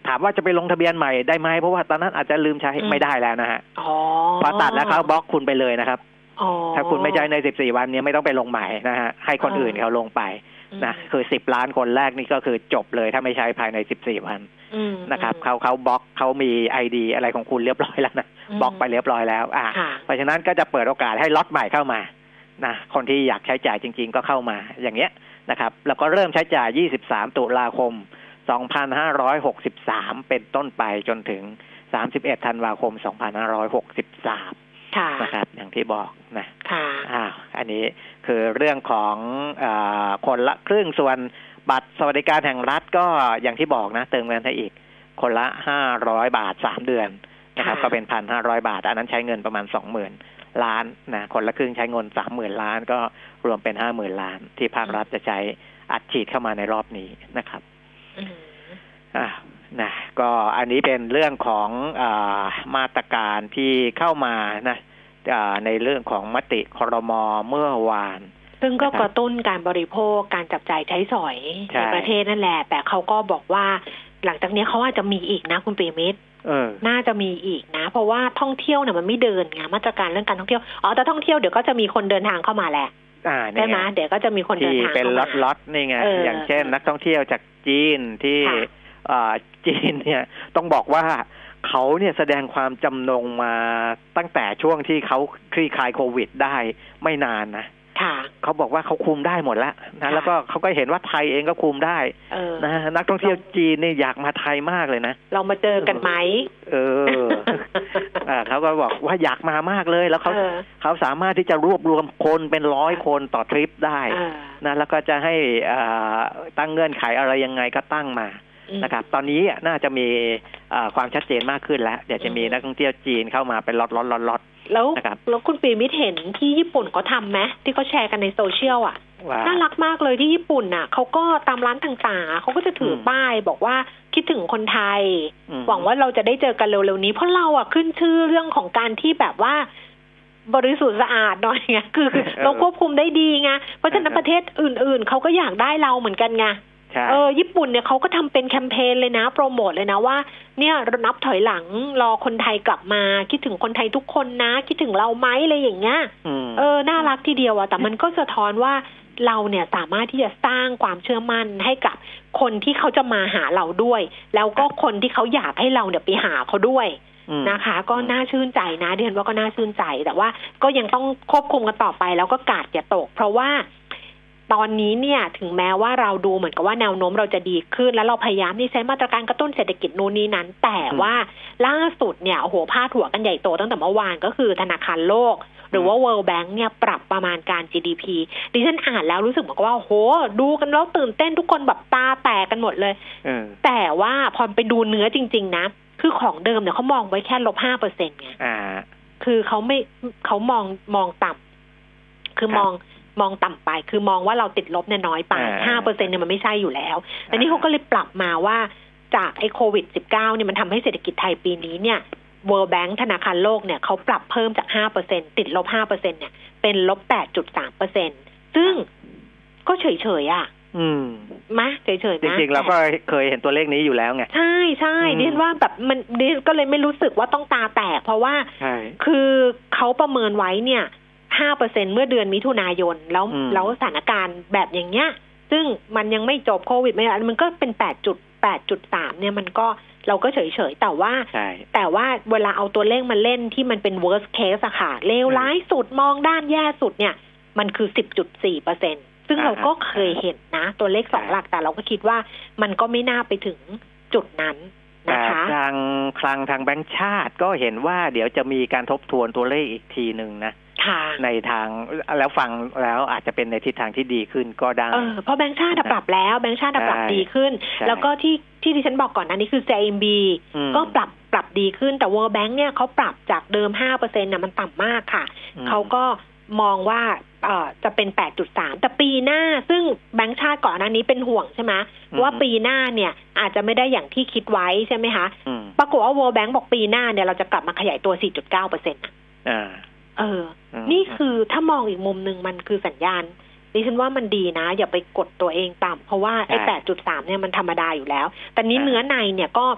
ถามว่าจะไปลงทะเบียนใหม่ได้ไหมเพราะว่าตอนนั้นอาจจะลืมใช้ไม่ได้แล้วนะฮะพอตัดแล้วเขาบล็อกคุณไปเลยนะครับถ้าคุณไม่ใช้ในสิบสี่วันนี้ไม่ต้องไปลงใหม่นะฮะให้คนอื่นเขาลงไปนะคือสิบล้านคนแรกนี่ก็คือจบเลยถ้าไม่ใช้ภายในสิบสี่วันนะครับเขาเขาบล็อกเขามี ไอ ดี อะไรของคุณเรียบร้อยแล้วนะบล็อกไปเรียบร้อยแล้วอ่าเพราะฉะนั้นก็จะเปิดโอกาสให้ล็อตใหม่เข้ามานะคนที่อยากใช้จ่ายจริงๆก็เข้ามาอย่างเงี้ยนะครับแล้วก็เริ่มใช้จ่ายยี่สิบสามตุลาคมสองพันห้าร้อยหกสิบสามเป็นต้นไปจนถึงสามสิบเอ็ดธันวาคมสองพันห้าร้อยหกสิบสามนะครับอย่างที่บอกนะอ่าอันนี้คือเรื่องของอ่าคนละครึ่งส่วนบัตรสวัสดิการแห่งรัฐก็อย่างที่บอกนะเติมเงินให้อีกคนละห้าร้อยบาทสามเดือนนะครับก็เป็น หนึ่งพันห้าร้อย บาทอันนั้นใช้เงินประมาณ สองหมื่น ล้านนะคนละครึ่งใช้เงิน สามหมื่น ล้านก็รวมเป็น ห้าหมื่น ล้านที่ภาครัฐจะใช้อัดฉีดเข้ามาในรอบนี้นะครับอ่านะก็อันนี้เป็นเรื่องของอ่ามาตรการที่เข้ามานะอ่าในเรื่องของมติครม.เมื่อวานซึ่งก็กระตุ้นการบริโภคการจับจ่ายใช้สอยในประเทศนั่นแหละแต่เขาก็บอกว่าหลังจากนี้เขาอาจจะมีอีกนะคุณปิยมิตรน่าจะมีอีกนะเพราะว่าท่องเที่ยวเนี่ยมันไม่เดินไงมาตรการเรื่องการท่องเที่ยวอ๋อแต่ท่องเที่ยวเดี๋ยวก็จะมีคนเดินทางเข้ามาแหละใช่ไหมเดี๋ยวก็จะมีคนเดินทางเข้ามาที่เป็นล็อตๆนี่ไงอย่างเช่นนักท่องเที่ยวจากจีนที่จีนเนี่ยต้องบอกว่าเขาเนี่ยแสดงความจำนงมาตั้งแต่ช่วงที่เขาคลี่คลายโควิดได้ไม่นานนะเขาบอกว่าเขาคุมได้หมดแล้วนะแล้วก็เขาก็เห็นว่าไทยเองก็คุมได้นะนักท่องเที่ยวจีนนี่อยากมาไทยมากเลยนะเรามาเจอกันไหมเออเขาก็บอกว่าอยากมามากเลยแล้วเขาเขาสามารถที่จะรวบรวมคนเป็นร้อยคนต่อทริปได้นะแล้วก็จะให้ตั้งเงื่อนไขอะไรยังไงก็ตั้งมานะครับตอนนี้น่าจะมีความชัดเจนมากขึ้นแล้วเดี๋ยวจะมีนักท่องเที่ยวจีนเข้ามาเป็นล็อตล็อตล็อตล็อตแล้วแล้วคุณปีมิตรเห็นที่ญี่ปุ่นเขาทำไหมที่เขาแชร์กันในโซเชียลอ่ะน่ารักมากเลยที่ญี่ปุ่นน่ะเขาก็ตามร้านต่างๆเขาก็จะถือป้ายบอกว่าคิดถึงคนไทยหวังว่าเราจะได้เจอกันเร็วๆนี้เพราะเราอ่ะขึ้นชื่อเรื่องของการที่แบบว่าบริสุทธิ์สะอาดหน่อยไงคือเราควบคุมได้ดีไงเพราะฉะนั้นประเทศอื่นๆเขาก็อยากได้เราเหมือนกันไงเออญี่ปุ่นเนี่ยเขาก็ทำเป็นแคมเปญเลยนะโปรโมทเลยนะว่าเนี่ยนับถอยหลังรอคนไทยกลับมาคิดถึงคนไทยทุกคนนะคิดถึงเราไหมอะไรอย่างเงี้ยเออน่ารักทีเดียวอะแต่มันก็สะท้อนว่าเราเนี่ยสามารถที่จะสร้างความเชื่อมั่นให้กับคนที่เขาจะมาหาเราด้วยแล้วก็คนที่เขาอยากให้เราเนี่ยไปหาเขาด้วยนะคะก็น่าชื่นใจนะดิฉันว่าก็น่าชื่นใจแต่ว่าก็ยังต้องควบคุมกันต่อไปแล้วก็กาดอย่าตกเพราะว่าตอนนี้เนี่ยถึงแม้ว่าเราดูเหมือนกับว่าแนวโน้มเราจะดีขึ้นแล้วเราพยายามที่ใช้มาตรการกระตุ้นเศรษฐกิจนู้นนี้นั้นแต่ว่าล่าสุดเนี่ยโอ้โหพาดหัวกันใหญ่โตตั้งแต่เมื่อวานก็คือธนาคารโลกหรือว่า World Bank เนี่ยปรับประมาณการ จี ดี พี ดิฉันอ่านแล้วรู้สึกเหมือนกับว่าโอ้โหดูกันแล้วตื่นเต้นทุกคนแบบตาแตกกันหมดเลยแต่ว่าพอไปดูเนื้อจริงๆนะคือของเดิมเนี่ยเขามองไว้แค่ลบห้าเปอร์เซ็นต์ไงคือเขาไม่เขามองมองต่ำคือมองมองต่ำไปคือมองว่าเราติดลบเนี่ยน้อยไป ห้าเปอร์เซ็นต์ เนี่ยมันไม่ใช่อยู่แล้วแต่นี่เขาก็เลยปรับมาว่าจากไอ้โควิด สิบเก้า เนี่ยมันทำให้เศรษฐกิจไทยปีนี้เนี่ย World Bank ธนาคารโลกเนี่ยเขาปรับเพิ่มจาก ห้าเปอร์เซ็นต์ ติดลบ ห้าเปอร์เซ็นต์ เนี่ยเป็นลบ แปดจุดสามเปอร์เซ็นต์ ซึ่งก็เฉยๆอ่ะอืมมะเฉยๆนะจริงๆเราก็เคยเห็นตัวเลขนี้อยู่แล้วไงใช่ๆดิฉันว่าแบบมันดิฉันก็เลยไม่รู้สึกว่าต้องตาแตกเพราะว่าคือเขาประเมินไว้เนี่ยห้าเปอร์เซ็นต์ เมื่อเดือนมิถุนายนแล้วแล้วสถานการณ์แบบอย่างเงี้ยซึ่งมันยังไม่จบโควิดไม่มันก็เป็น แปดจุดสาม เนี่ยมันก็เราก็เฉยๆแต่ว่าแต่ว่าเวลาเอาตัวเลขมาเล่นที่มันเป็น worst case อะค่ะเลวร้ายสุดมองด้านแย่สุดเนี่ยมันคือ สิบจุดสี่เปอร์เซ็นต์ ซึ่งเราก็เคยเห็นนะตัวเลขสองหลักแต่เราก็คิดว่ามันก็ไม่น่าไปถึงจุดนั้นนะคะทางคลังทางแบงก์ชาติก็เห็นว่าเดี๋ยวจะมีการทบทวนตัวเลขอีกทีนึงนะในทางแล้วฟังแล้วอาจจะเป็นในทิศทางที่ดีขึ้นก็ได้เออเพราะแบงก์ชาติปรับแล้วแบงก์ชาติปรับดีขึ้นแล้วก็ที่ที่ดิฉันบอกก่อนนะนี่คือ ซี เอ็ม บี ก็ปรับปรับดีขึ้นแต่ World Bank เนี่ยเขาปรับจากเดิม ห้าเปอร์เซ็นต์ น่ะมันต่ำมากค่ะเขาก็มองว่าเอ่อจะเป็น แปดจุดสาม แต่ปีหน้าซึ่งแบงก์ชาติก่อนหน้านี้เป็นห่วงใช่ไหมว่าปีหน้าเนี่ยอาจจะไม่ได้อย่างที่คิดไว้ใช่ไหมคะปรากฏว่า World Bank บอกปีหน้าเนี่ยเราจะกลับมาขยายตัว สี่จุดเก้าเปอร์เซ็นต์ อ่ะเออนี่คือถ้ามองอีกมุมนึงมันคือสัญญาณดิฉันว่ามันดีนะอย่าไปกดตัวเองต่ำเพราะว่าไอ้ แปดจุดสาม เนี่ยมันธรรมดาอยู่แล้วแต่นี้เนื้อในเนี่ยก็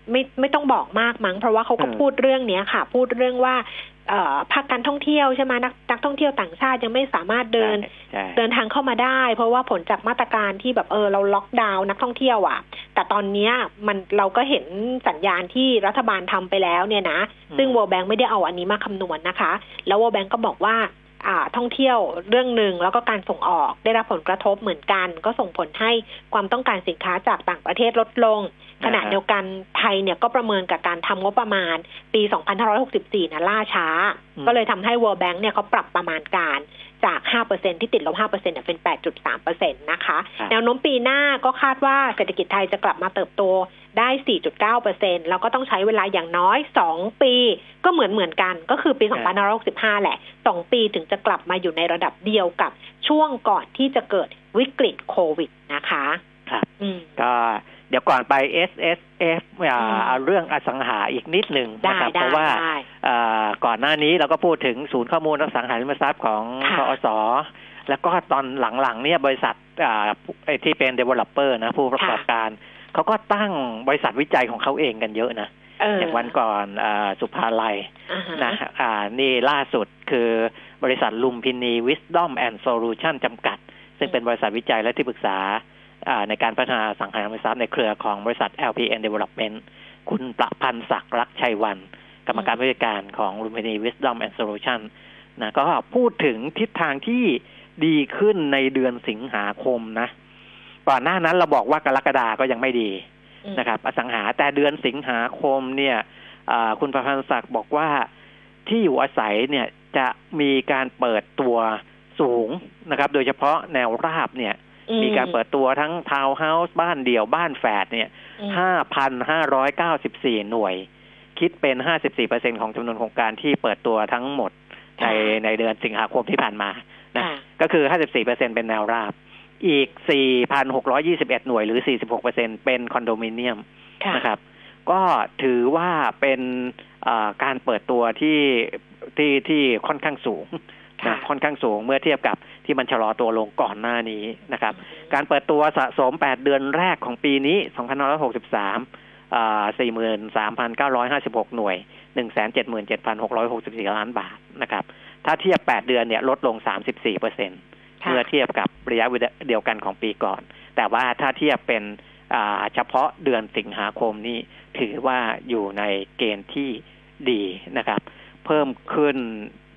ไม่ไม่ต้องบอกมากมั้งเพราะว่าเขาก็พูดเรื่องนี้ค่ะพูดเรื่องว่าภาคการท่องเที่ยวใช่ไหมนักนักท่องเที่ยวต่างชาติยังไม่สามารถเดินเดินทางเข้ามาได้เพราะว่าผลจากมาตรการที่แบบเออเราล็อกดาวน์นักท่องเที่ยวอ่ะแต่ตอนนี้มันเราก็เห็นสัญญาณที่รัฐบาลทำไปแล้วเนี่ยนะซึ่ง World Bank ไม่ได้เอาอันนี้มาคำนวณนะคะแล้ว World Bank ก็บอกว่าอ่าท่องเที่ยวเรื่องหนึ่งแล้วก็การส่งออกได้รับผลกระทบเหมือนกันก็ส่งผลให้ความต้องการสินค้าจากต่างประเทศลดลงขณะเดียวกันไทยเนี่ยก็ประเมินกับการทำงบประมาณปีสองพันห้าร้อยหกสิบสี่นะล่าช้าก็เลยทำให้ World Bank เนี่ยเขาปรับประมาณการจาก ห้าเปอร์เซ็นต์ ที่ติดลบ ห้าเปอร์เซ็นต์ เนี่ยเป็น แปดจุดสามเปอร์เซ็นต์ นะคะแนวโน้มปีหน้าก็คาดว่าเศรษฐกิจไทยจะกลับมาเติบโตได้ สี่จุดเก้าเปอร์เซ็นต์ แล้วก็ต้องใช้เวลาอย่างน้อยสองปีก็เหมือนเหมือนกันก็คือปีสองพันห้าร้อยหกสิบห้าแหละสองปีถึงจะกลับมาอยู่ในระดับเดียวกับช่วงก่อนที่จะเกิดวิกฤตโควิดนะคะครับก็เดี๋ยวก่อนไป เอส เอส เอฟ เอาเรื่องอสังหาอีกนิดหนึ่งนะครับเพราะว่าก่อนหน้านี้เราก็พูดถึงศูนย์ข้อมูลอสังหาริมทรัพย์ของกอส.แล้วก็ตอนหลังๆเนี่ยบริษัทที่เป็น developer นะผู้ประกอบการเขาก็ตั้งบริษัทวิจัยของเขาเองกันเยอะนะอย่างวันก่อนสุภาลัยนะนี่ล่าสุดคือบริษัทลุมพินี Wisdom and Solution จำกัดซึ่งเป็นบริษัทวิจัยและที่ปรึกษาในการพัฒนาสังหาริมทรัพย์ในเครือของบริษัท แอล พี เอ็น Development คุณประพันธ์ศักดิ์รักชัยวันกรรมการผู้จัดการของลุมพินี Wisdom and Solution นะก็พูดถึงทิศทางที่ดีขึ้นในเดือนสิงหาคมนะก่อนหน้านั้นเราบอกว่ากรกฎาก็ยังไม่ดีนะครับอสังหาแต่เดือนสิงหาคมเนี่ยคุณประพันธ์ศักดิ์บอกว่าที่อยู่อาศัยเนี่ยจะมีการเปิดตัวสูงนะครับโดยเฉพาะแนวราบเนี่ยมีการเปิดตัวทั้งทาวน์เฮาส์บ้านเดี่ยวบ้านแฝดเนี่ย ห้าพันห้าร้อยเก้าสิบสี่ หน่วยคิดเป็น ห้าสิบสี่เปอร์เซ็นต์ ของจำนวนโครงการที่เปิดตัวทั้งหมดในในเดือนสิงหาคมที่ผ่านมานะก็คือ ห้าสิบสี่เปอร์เซ็นต์ เป็นแนวราบอีก สี่พันหกร้อยยี่สิบเอ็ด หน่วยหรือ สี่สิบหกเปอร์เซ็นต์ เป็นคอนโดมิเนียมนะครับก็ถือว่าเป็นการเปิดตัวที่ที่ที่ค่อนข้างสูงนะค่อนข้างสูงเมื่อเทียบกับที่มันชะลอตัวลงก่อนหน้านี้นะครับการเปิดตัวสะสมแปดเดือนแรกของปีนี้สองพันห้าร้อยหกสิบสามอ่า สี่หมื่นสามพันเก้าร้อยห้าสิบหก หน่วย หนึ่งแสนเจ็ดหมื่นเจ็ดพันหกร้อยหกสิบสี่ ล้านบาทนะครับถ้าเทียบแปดเดือนเนี่ยลดลง สามสิบสี่เปอร์เซ็นต์ เมื่อเทียบกับระยะเดียวกันของปีก่อนแต่ว่าถ้าเทียบเป็นเฉพาะเดือนสิงหาคมนี้ถือว่าอยู่ในเกณฑ์ที่ดีนะครับเพิ่มขึ้น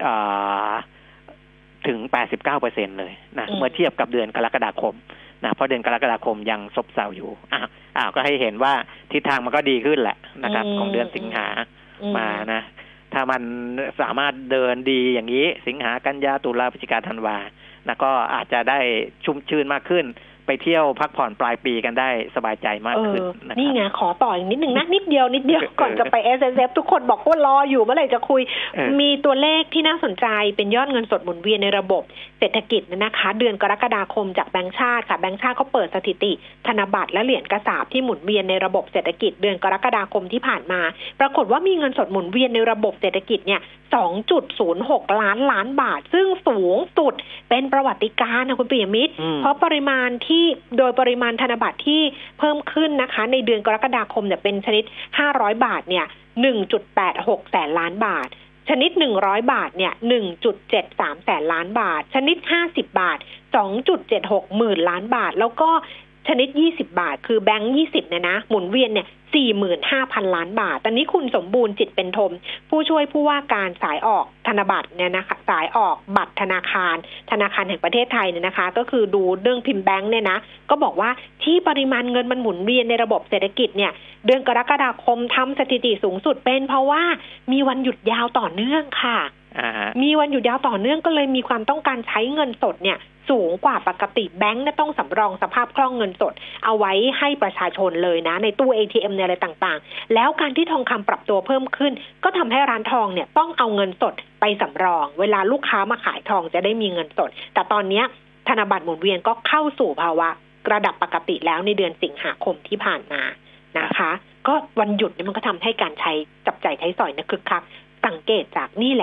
ถึง แปดสิบเก้าเปอร์เซ็นต์ เลยนะเมื่อเทียบกับเดือนกรกฎาคมนะเพราะเดือนกรกฎาคมยังซบเซาอยู่อ้าวอ้าวก็ให้เห็นว่าทิศทางมันก็ดีขึ้นแหละนะครับของเดือนสิงหามานะถ้ามันสามารถเดินดีอย่างนี้สิงหากันยาตุลาพฤศจิกาธันวานะก็อาจจะได้ชุ่มชื่นมากขึ้นไปเที่ยวพักผ่อนปลายปีกันได้สบายใจมากขึ้นนะครับนี่ไงขอต่ออีกนิดนึงนะนิดเดียวนิดเดียวก่อนจะไป เอส เอส เอฟ ทุกคนบอกว่ารออยู่เมื่อไหร่จะคุยมีตัวเลขที่น่าสนใจเป็นยอดเงินสดหมุนเวียนในระบบเศรษฐกิจนะคะเดือนกรกฎาคมจากแบงก์ชาติค่ะแบงก์ชาติเขาเปิดสถิติธนบัตรและเหรียญกระสาบที่หมุนเวียนในระบบเศรษฐกิจเดือนกรกฎาคมที่ผ่านมาปรากฏว่ามีเงินสดหมุนเวียนในระบบเศรษฐกิจเนี่ย สองจุดศูนย์หก ล้านล้านบาทซึ่งสูงสุดเป็นประวัติการณ์นะคุณปิยมิตรเพราะปริมาณที่โดยปริมาณธนบัตรที่เพิ่มขึ้นนะคะในเดือนกรกฎาคมเนี่ยเป็นชนิดห้าร้อยบาทเนี่ย หนึ่งจุดแปดหก แสนล้านบาทชนิดหนึ่งร้อยบาทเนี่ย หนึ่งจุดเจ็ดสาม แสนล้านบาทชนิดห้าสิบบาท สองจุดเจ็ดหก หมื่นล้านบาทแล้วก็ชนิดยี่สิบบาทคือแบงค์ยี่สิบเนี่ยนะหมุนเวียนเนี่ย สี่หมื่นห้าพัน ล้านบาทตอนนี้คุณสมบูรณ์จิตเป็นธมผู้ช่วยผู้ว่าการสายออกธนบัตรเนี่ยนะคะสายออกบัตรธนาคารธนาคารแห่งประเทศไทยเนี่ยนะคะก็คือดูเรื่องพิมพ์แบงค์เนี่ยนะก็บอกว่าที่ปริมาณเงินมันหมุนเวียนในระบบเศรษฐกิจเนี่ยเดือนกรกฎาคมทำสถิติสูงสุดเป็นเพราะว่ามีวันหยุดยาวต่อเนื่องค่ะมีวันหยุดยาวต่อเนื่องก็เลยมีความต้องการใช้เงินสดเนี่ยสูงกว่าปกติแบงค์เนี่ยต้องสำรองสภาพคล่องเงินสดเอาไว้ให้ประชาชนเลยนะในตู้ เอ ที เอ็ม ในอะไรต่างๆแล้วการที่ทองคำปรับตัวเพิ่มขึ้นก็ทำให้ร้านทองเนี่ยต้องเอาเงินสดไปสำรองเวลาลูกค้ามาขายทองจะได้มีเงินสดแต่ตอนนี้ธนบัตรหมุนเวียนก็เข้าสู่ภาวะระดับปกติแล้วในเดือนสิงหาคมที่ผ่านมานะคะก็วันหยุดเนี่ยมันก็ทำให้การใช้จับจ่ายใช้สอยเนี่ยคึกคักสังเกตจากนี่แหละไอ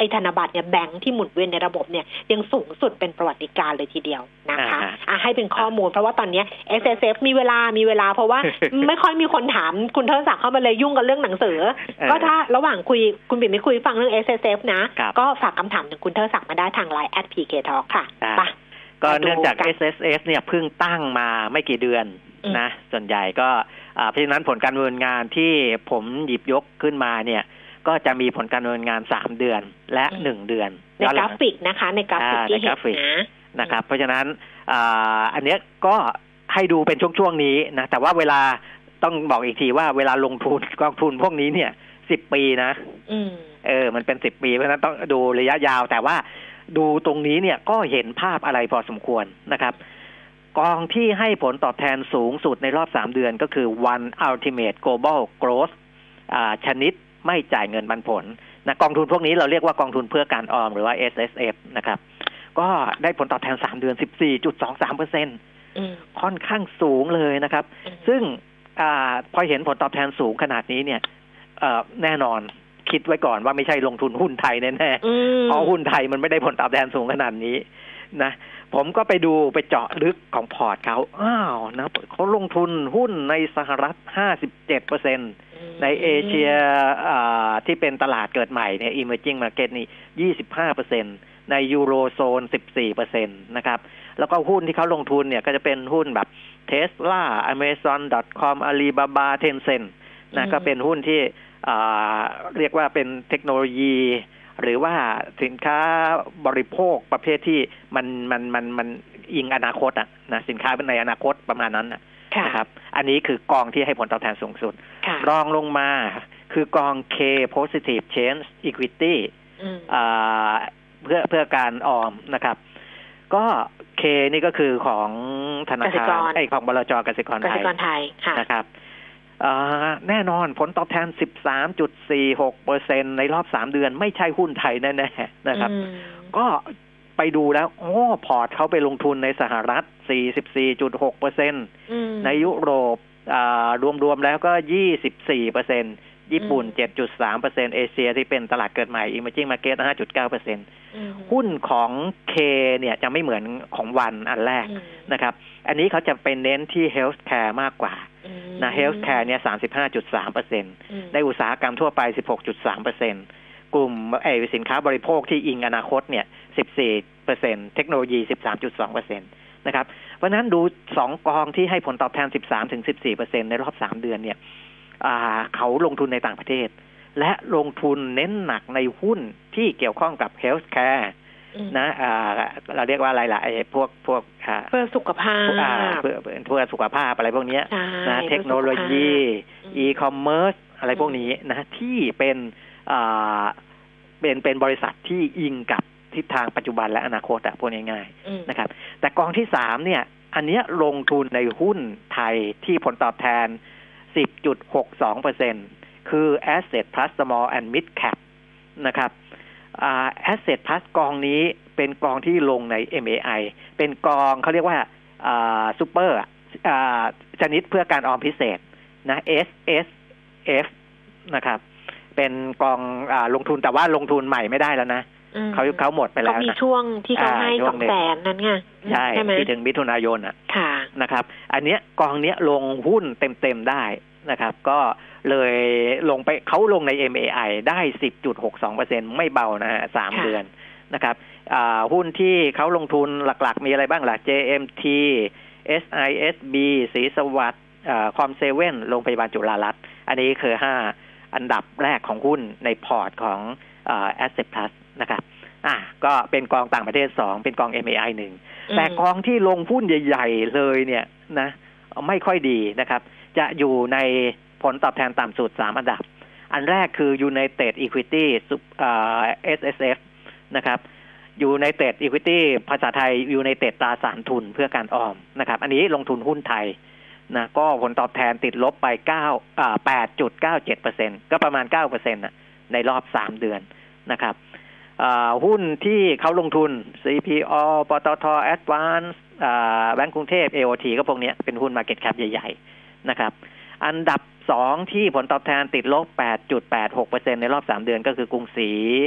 อ้ธนบัตรเนี่ยแบงค์ที่หมุนเวียนในระบบเนี่ยยังสูงสุดเป็นประวัติการเลยทีเดียวนะคะอ่ะให้เป็นข้อมูลเพราะว่าตอนนี้ เอส เอส เอฟ มีเวลามีเวลาเพราะว่า ไม่ค่อยมีคนถามคุณเทิดศักดิ์เข้ามาเลยยุ่งกับเรื่องหนังสือก็ถ้าระหว่างคุยคุณบิ๊มไม่คุยฟังเรื่อง เอส เอส เอฟ นะก็ฝากคำถามถึงคุณเทิดศักดิ์มาได้ทาง ไลน์ แอท พี เค ทอล์ก ค่ะไปก็เนื่องจาก เอส เอส เอฟ เนี่ยเพิ่งตั้งมาไม่กี่เดือนนะส่วนใหญ่ก็เพราะฉะนั้นผลการดำเนินงานที่ผมหยิบยกขึ้นมาเนี่ยก็จะมีผลการดำเนินงานสามเดือนและหนึ่งเดือนในกราฟิกนะคะในกราฟิกที่เห็นนะนะครับเพราะฉะนั้นอันนี้ก็ให้ดูเป็นช่วงๆนี้นะแต่ว่าเวลาต้องบอกอีกทีว่าเวลาลงทุนกองทุนพวกนี้เนี่ยสิบปีนะเออมันเป็นสิบปีเพราะฉะนั้นต้องดูระยะยาวแต่ว่าดูตรงนี้เนี่ยก็เห็นภาพอะไรพอสมควรนะครับกองที่ให้ผลตอบแทนสูงสุดในรอบสามเดือนก็คือ One Ultimate Global Growth อ่าชนิดไม่จ่ายเงินปันผลนะกองทุนพวกนี้เราเรียกว่ากองทุนเพื่อการออมหรือว่า เอส เอส เอฟ นะครับก็ได้ผลตอบแทนสามเดือน สิบสี่จุดสองสามเปอร์เซ็นต์ ค่อนข้างสูงเลยนะครับซึ่งอ่าพอเห็นผลตอบแทนสูงขนาดนี้เนี่ยเอ่อแน่นอนคิดไว้ก่อนว่าไม่ใช่ลงทุนหุ้นไทยแน่ๆเพราะหุ้นไทยมันไม่ได้ผลตอบแทนสูงขนาดนี้นะผมก็ไปดูไปเจาะลึกของพอร์ตเขาอ้าวนะเขาลงทุนหุ้นในสหรัฐ ห้าสิบเจ็ดเปอร์เซ็นต์ ในเอเชียอ่าที่เป็นตลาดเกิดใหม่เนี่ย Emerging Market นี่ ยี่สิบห้าเปอร์เซ็นต์ ในยูโรโซน สิบสี่เปอร์เซ็นต์ นะครับแล้วก็หุ้นที่เขาลงทุนเนี่ยก็จะเป็นหุ้นแบบ Tesla Amazon ดอท คอม Alibaba Tencent นะก็เป็นหุ้นที่อ่าเรียกว่าเป็นเทคโนโลยีหรือว่าสินค้าบริโภคประเภทที่มันมันมันมันอิงอนาคตอ่ะนะสินค้าเป็นในอนาคตประมาณนั้นนะครับอันนี้คือกองที่ให้ผลตอบแทนสูงสุดรองลงมาคือกอง K Positive Change Equity อ่าเพื่อเพื่อการออมนะครับก็ K นี่ก็คือของธนาคารไอ้ของบลจ.กสิกรไทยนะครับแน่นอนผลตอบแทน สิบสามจุดสี่หกเปอร์เซ็นต์ ในรอบสามเดือนไม่ใช่หุ้นไทยแน่ๆนะครับก็ไปดูแล้วโอ้พอร์ตเขาไปลงทุนในสหรัฐ สี่สิบสี่จุดหกเปอร์เซ็นต์ ในยุโรปรวมๆแล้วก็ ยี่สิบสี่เปอร์เซ็นต์ ญี่ปุ่น เจ็ดจุดสามเปอร์เซ็นต์ เอเชียที่เป็นตลาดเกิดใหม่ Emerging Market ห้าจุดเก้าเปอร์เซ็นต์ หุ้นของ K เนี่ยจะไม่เหมือนของวันอันแรกนะครับอันนี้เขาจะเป็นเน้นที่ Healthcare มากกว่านะ Healthcare เนี่ย สามสิบห้าจุดสามเปอร์เซ็นต์ ในอุตสาหกรรมทั่วไป สิบหกจุดสามเปอร์เซ็นต์ กลุ่มไอ้สินค้าบริโภคที่อิงอนาคตเนี่ย สิบสี่เปอร์เซ็นต์ เทคโนโลยี สิบสามจุดสองเปอร์เซ็นต์ นะครับเพราะนั้นดูสองกองที่ให้ผลตอบแทน สิบสามถึงสิบสี่เปอร์เซ็นต์ ในรอบสามเดือนเนี่ยอ่าเขาลงทุนในต่างประเทศและลงทุนเน้นหนักในหุ้นที่เกี่ยวข้องกับ Healthcare นะอ่าเราเรียกว่าอะไรล่ะไอ้พวกพวกเพื่อสุขภาพเพื่อเพื่อสุขภาพอะไรพวกนี้นะเทคโนโลยีอีคอมเมิร์ซอะไรพวกนี้นะที่เป็นอ่าเป็นเป็นบริษัทที่อิงกับทิศทางปัจจุบันและอนาคตอะพูดง่ายๆนะครับแต่กองที่สามเนี่ยอันเนี้ยลงทุนในหุ้นไทยที่ผลตอบแทน สิบจุดหกสองเปอร์เซ็นต์ คือ Asset Plus Small and Mid Cap นะครับอ่า Asset Plus กองนี้เป็นกองที่ลงใน เอ็ม เอ ไอ เป็นกองเขาเรียกว่าอ่าซุปเปอร์อ่าชนิดเพื่อการออมพิเศษนะ เอส เอส เอฟ นะครับเป็นกองอ่าลงทุนแต่ว่าลงทุนใหม่ไม่ได้แล้วนะเขาเขาหมดไปแล้วนะก็มีช่วงที่เขาให้ สองแสน นั้นไงใช่ที่ถึงมิถุนายนอ่ะนะครับอันเนี้ยกองเนี้ยลงหุ้นเต็มๆได้นะครับก็เลยลงไปเขาลงใน เอ็ม เอ ไอ ได้ สิบจุดหกสองเปอร์เซ็นต์ ไม่เบานะฮะสามเดือนนะครับอ่าหุ้นที่เขาลงทุนหลักๆมีอะไรบ้างล่ะ เจ เอ็ม ที เอส ไอ เอส บี ศรีสวัสดิ์อ่าคอมเซเว่นโรงพยาบาลจุฬารัตน์อันนี้คือห้าอันดับแรกของหุ้นในพอร์ตของอ่า Asset Plus นะครับอ่ะก็เป็นกองต่างประเทศสองเป็นกอง เอ็ม เอ ไอ หนึ่งแต่กองที่ลงหุ้นใหญ่ๆเลยเนี่ยนะไม่ค่อยดีนะครับจะอยู่ในผลตอบแทนต่ำสุดสามอันดับอันแรกคือ United Equity อ่า เอส เอส เอฟ นะครับ United Equity ภาษาไทย United ตราสารทุนเพื่อการออมนะครับอันนี้ลงทุนหุ้นไทยนะก็ผลตอบแทนติดลบไปเก้าอ่า แปดจุดเก้าเจ็ดเปอร์เซ็นต์ ก็ประมาณ เก้าเปอร์เซ็นต์ นะในรอบสามเดือนนะครับหุ้นที่เขาลงทุน ซี พี โอ ปตท. Advance แบงก์กรุงเทพ เอ โอ ที ก็พวกนี้เป็นหุ้น Market Cap ใหญ่ๆนะครับอันดับสองที่ผลตอบแทนติดลบ แปดจุดแปดหกเปอร์เซ็นต์ ในรอบสามเดือนก็คือกรุงศรี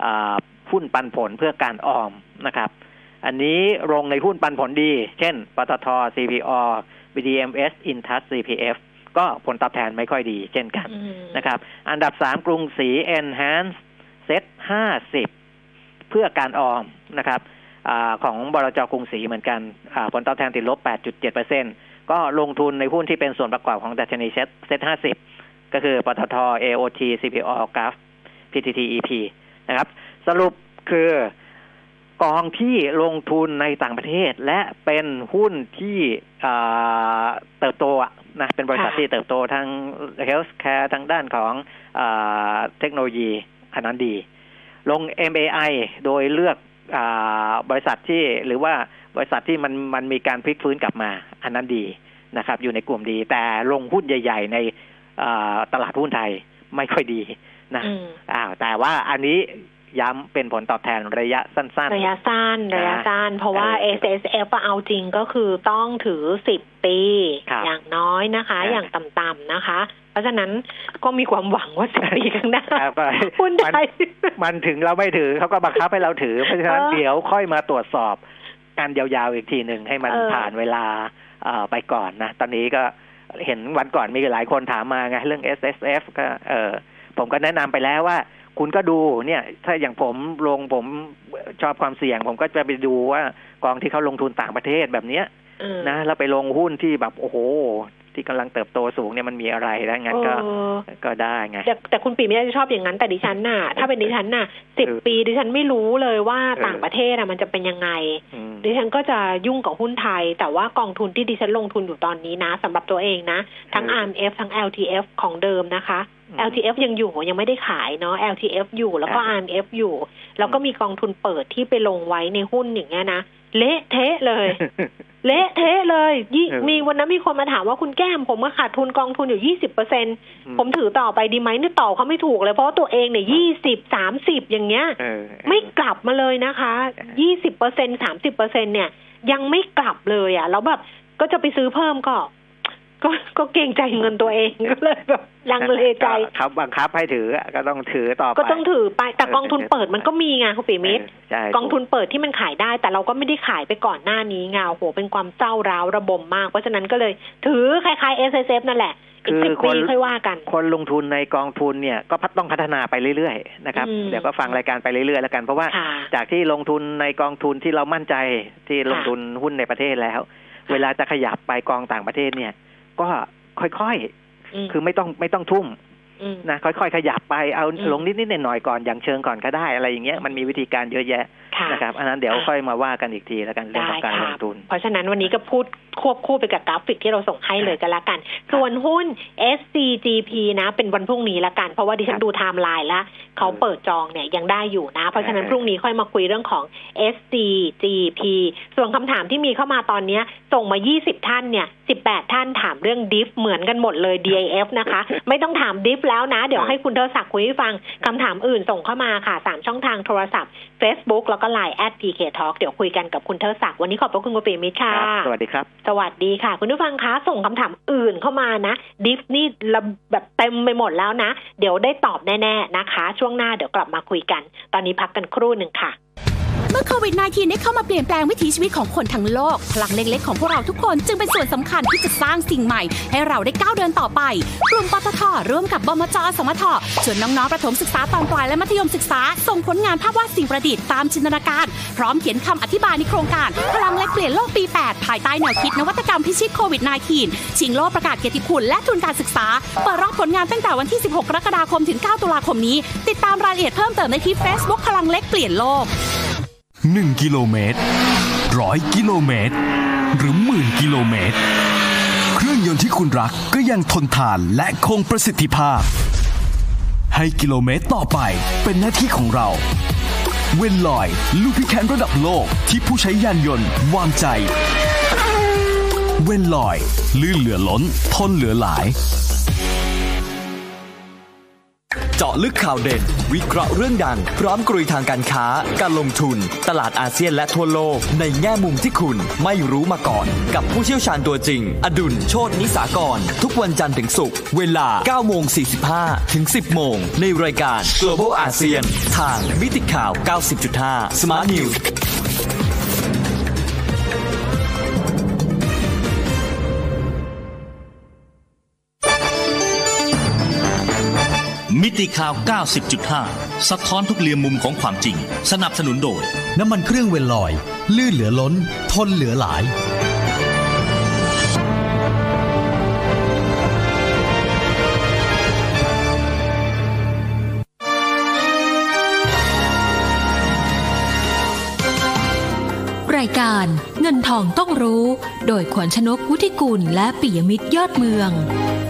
หุ้นปันผลเพื่อการออมนะครับอันนี้ลงในหุ้นปันผลดีเช่นปตท ซี พี อ บี ดี เอ็ม เอส Intas ซี พี เอฟ ก็ผลตอบแทนไม่ค่อยดีเช่นกันนะครับอันดับสามกรุงศรี Enhance เซ็ตห้าสิบเพื่อการออมนะครับอของบลจ.กรุงศรีเหมือนกันผลตอบแทนติดลบ แปดจุดเจ็ดเปอร์เซ็นต์ ก็ลงทุนในหุ้นที่เป็นส่วนประกอบของดัชนีเซ็ตเซ็ตห้าสิบก็คือปตท เอ โอ ที ซี พี อ จี เอ เอฟ พี ที ที อี พี นะครับสรุปคือกองที่ลงทุนในต่างประเทศและเป็นหุ้นที่เติบโตนะเป็นบริษัทที่เติบโตทั้ง healthcare ทั้งด้านของเทคโนโลยีอันนั้นดีลง เอ็ม เอ ไอ โดยเลือกบริษัทที่หรือว่าบริษัทที่มันมันมีการพลิกฟื้นกลับมาอันนั้นดีนะครับอยู่ในกลุ่มดีแต่ลงหุ้นใหญ่ๆในตลาดหุ้นไทยไม่ค่อยดีนะอ้าวแต่ว่าอันนี้ย้ำเป็นผลตอบแทนระยะสั้นๆระยะสั้นระยะสั้นเพราะว่า เอส เอส เอฟ เอาจริงก็คือต้องถือสิบปีอย่างน้อยนะคะอย่างต่ำๆนะคะเพราะฉะนั้นก็มีความหวังว่าสิบปีข้างหน้าหุ้นไทยมันถึงเราไม่ถือเขาก็บังคับให้เราถือเพราะฉะนั้นเดี๋ยวค่อยมาตรวจสอบการยาวๆอีกทีหนึ่งให้มันผ่านเวลาไปก่อนนะตอนนี้ก็เห็นวันก่อนมีหลายคนถามมาไงเรื่อง เอส เอส เอฟ ก็เออผมก็แนะนำไปแล้วว่าคุณก็ดูเนี่ยถ้าอย่างผมลงผมชอบความเสี่ยงผมก็จะไปดูว่ากองที่เขาลงทุนต่างประเทศแบบเนี้ยนะแล้วไปลงหุ้นที่แบบโอ้โหที่กำลังเติบโตสูงเนี่ยมันมีอะไรแล้วงั้นก็ก็ได้ไงแต่แต่คุณปีไม่ได้ชอบอย่างนั้นแต่ดิฉันน่ะถ้าเป็นดิฉันน่ะสิบปีดิฉันไม่รู้เลยว่าต่างประเทศอะมันจะเป็นยังไงดิฉันก็จะยุ่งกับหุ้นไทยแต่ว่ากองทุนที่ดิฉันลงทุนอยู่ตอนนี้นะสำหรับตัวเองนะทั้ง อาร์ เอ็ม เอฟ ทั้ง แอล ที เอฟ ของเดิมนะคะ แอล ที เอฟ ยังอยู่ยังไม่ได้ขายเนาะ แอล ที เอฟ อยู่แล้วก็ อาร์ เอ็ม เอฟ อยู่แล้วก็มีกองทุนเปิดที่ไปลงไว้ในหุ้นอย่างเงี้ยนะเละเทะเลย เละเทะเลยมีวันนั้นมีคนมาถามว่าคุณแก้มผมมาขาดทุนกองทุนอยู่ ยี่สิบเปอร์เซ็นต์ ผมถือต่อไปดีไหมเนี่ยต่อเขาไม่ถูกเลยเพราะว่าตัวเองเนี่ยยี่สิบ สามสิบอย่างเงี้ยไม่กลับมาเลยนะคะ ยี่สิบเปอร์เซ็นต์ สามสิบเปอร์เซ็นต์ เนี่ยยังไม่กลับเลยอ่ะแล้วแบบก็จะไปซื้อเพิ่มก็ก็ก็เกรงใจเงินตัวเองก็เลยแบบลังเลใจครับบังคับให้ถือก็ต้องถือต่อไปก็ต้องถือไปแต่กองทุนเปิดมันก็มีไงคุณปิมิตรกองทุนเปิดที่มันขายได้แต่เราก็ไม่ได้ขายไปก่อนหน้านี้ไงโอ้โหเป็นความเศร้าร้าวระบมมากเพราะฉะนั้นก็เลยถือคล้ายๆ เอส เอส เอฟ นั่นแหละคือคนค่อยว่ากันคนลงทุนในกองทุนเนี่ยก็ต้องพัฒนาไปเรื่อยๆนะครับเดี๋ยวก็ฟังรายการไปเรื่อยๆแล้วกันเพราะว่าจากที่ลงทุนในกองทุนที่เรามั่นใจที่ลงทุนหุ้นในประเทศแล้วเวลาจะขยับไปกองต่างประเทศเนี่ยก็ค่อยๆคือไม่ต้องไม่ต้องทุ่มนะค่อยๆขยับไปเอาลงนิดๆหน่อยๆก่อนอย่างเชิงก่อนก็ได้อะไรอย่างเงี้ยมันมีวิธีการเยอะแยะนะครับอันนั้นเดี๋ยวค่อยมาว่ากันอีกทีแล้วกันเรื่องของการลงทุนเพราะฉะนั้นวันนี้ก็พูดควบคู่ไปกับกราฟิกที่เราส่งให้เลยกันละกันส่วนหุ้น เอส ซี จี พี นะเป็นวันพรุ่งนี้ละกันเพราะว่าดิฉันดูไทม์ไลน์แล้วเขาเปิดจองเนี่ยยังได้อยู่นะเพราะฉะนั้นพรุ่งนี้ค่อยมาคุยเรื่องของ เอส ซี จี พี ส่วนคำถามที่มีเข้ามาตอนนี้ส่งมายี่สิบท่านเนี่ยสิบแปดท่านถามเรื่อง ดิฟ เหมือนกันหมดเลย ดี ไอ เอฟ นะคะไม่ต้องถาม ดิฟ แล้วนะเดี๋ยวให้คุณเทอศักดิ์คุยให้ฟังคำถามอื่นส่งเข้ามาค่ะสามช่องทางโทรศัพท์ Facebook แล้วก็ ไลน์ แอท พี เค ทอล์ก เดี๋ยวคุยกันกับคุณเทอศักดิ์วันนี้ขอบพระคุณคุณปิมิตรค่ะสวัสดีครับสวัสดีค่ะคุณผู้ฟังคะส่งคำถามอื่นเข้ามานะดิฟนี่แบบเต็มไปหมดแล้วนะเดี๋ยวได้ตอบแน่ๆนะคะช่วงหน้าเดี๋ยวกลับมาคุยกันตอนนี้พักกันครู่หนึ่งค่ะเมื่อโควิด สิบเก้า ได้เข้ามาเปลี่ยนแปลงวิถีชีวิตของคนทั้งโลกพลังเล็กๆของพวกเราทุกคนจึงเป็นส่วนสำคัญที่จะสร้างสิ่งใหม่ให้เราได้ก้าวเดินต่อไปกลุ่มปตท.ร่วมกับบมจ.สมท.ชวนน้องๆประถมศึกษาตอนปลายและมัธยมศึกษาส่งผลงานภาพวาดสิ่งประดิษฐ์ตามจินตนาการพร้อมเขียนคำอธิบายในโครงการพลังเล็กเปลี่ยนโลกปีแปดภายใต้แนวคิดนวัตกรรมพิชิตโควิด สิบเก้า ชิงโลกประกาศเกียรติคุณและทุนการศึกษาเปิดรับผลงานตั้งแต่วันที่สิบหกกรกฎาคมถึงเก้าตุลาคมนี้ติดตามรายละเอียดเพิ่มเติมได้ที่ Facebook พลังเล็กเปลี่ยนโลกหนึ่งกิโลเมตรร้อยกิโลเมตรหรือหมื่นกิโลเมตรเครื่องยนต์ที่คุณรักก็ยังทนทานและคงประสิทธิภาพให้กิโลเมตรต่อไปเป็นหน้าที่ของเราเวนลอยลูพิแคนระดับโลกที่ผู้ใช้ยานยนต์วางใจเวนลอยลื่นเหลือล้นทนเหลือหลายเจาะลึกข่าวเด่นวิเคราะห์เรื่องดังพร้อมกลุยทางการค้าการลงทุนตลาดอาเซียนและทั่วโลกในแง่มุมที่คุณไม่รู้มาก่อนกับผู้เชี่ยวชาญตัวจริงอดุลโชตินิสากรทุกวันจันทร์ถึงศุกร์เวลา เก้าโมงสี่สิบห้า ถึง สิบโมงในรายการ Global อาเซียนทางมิติข่าว เก้าสิบจุดห้า Smart News มิติข่าว เก้าสิบจุดห้า สะท้อนทุกเหลี่ยมมุมของความจริงสนับสนุนโดยน้ำมันเครื่องเวลลอยลื่นเหลือล้นทนเหลือหลายรายการเงินทองต้องรู้โดยขวัญชนกวุฒิกุลและปิยมิตรยอดเมือง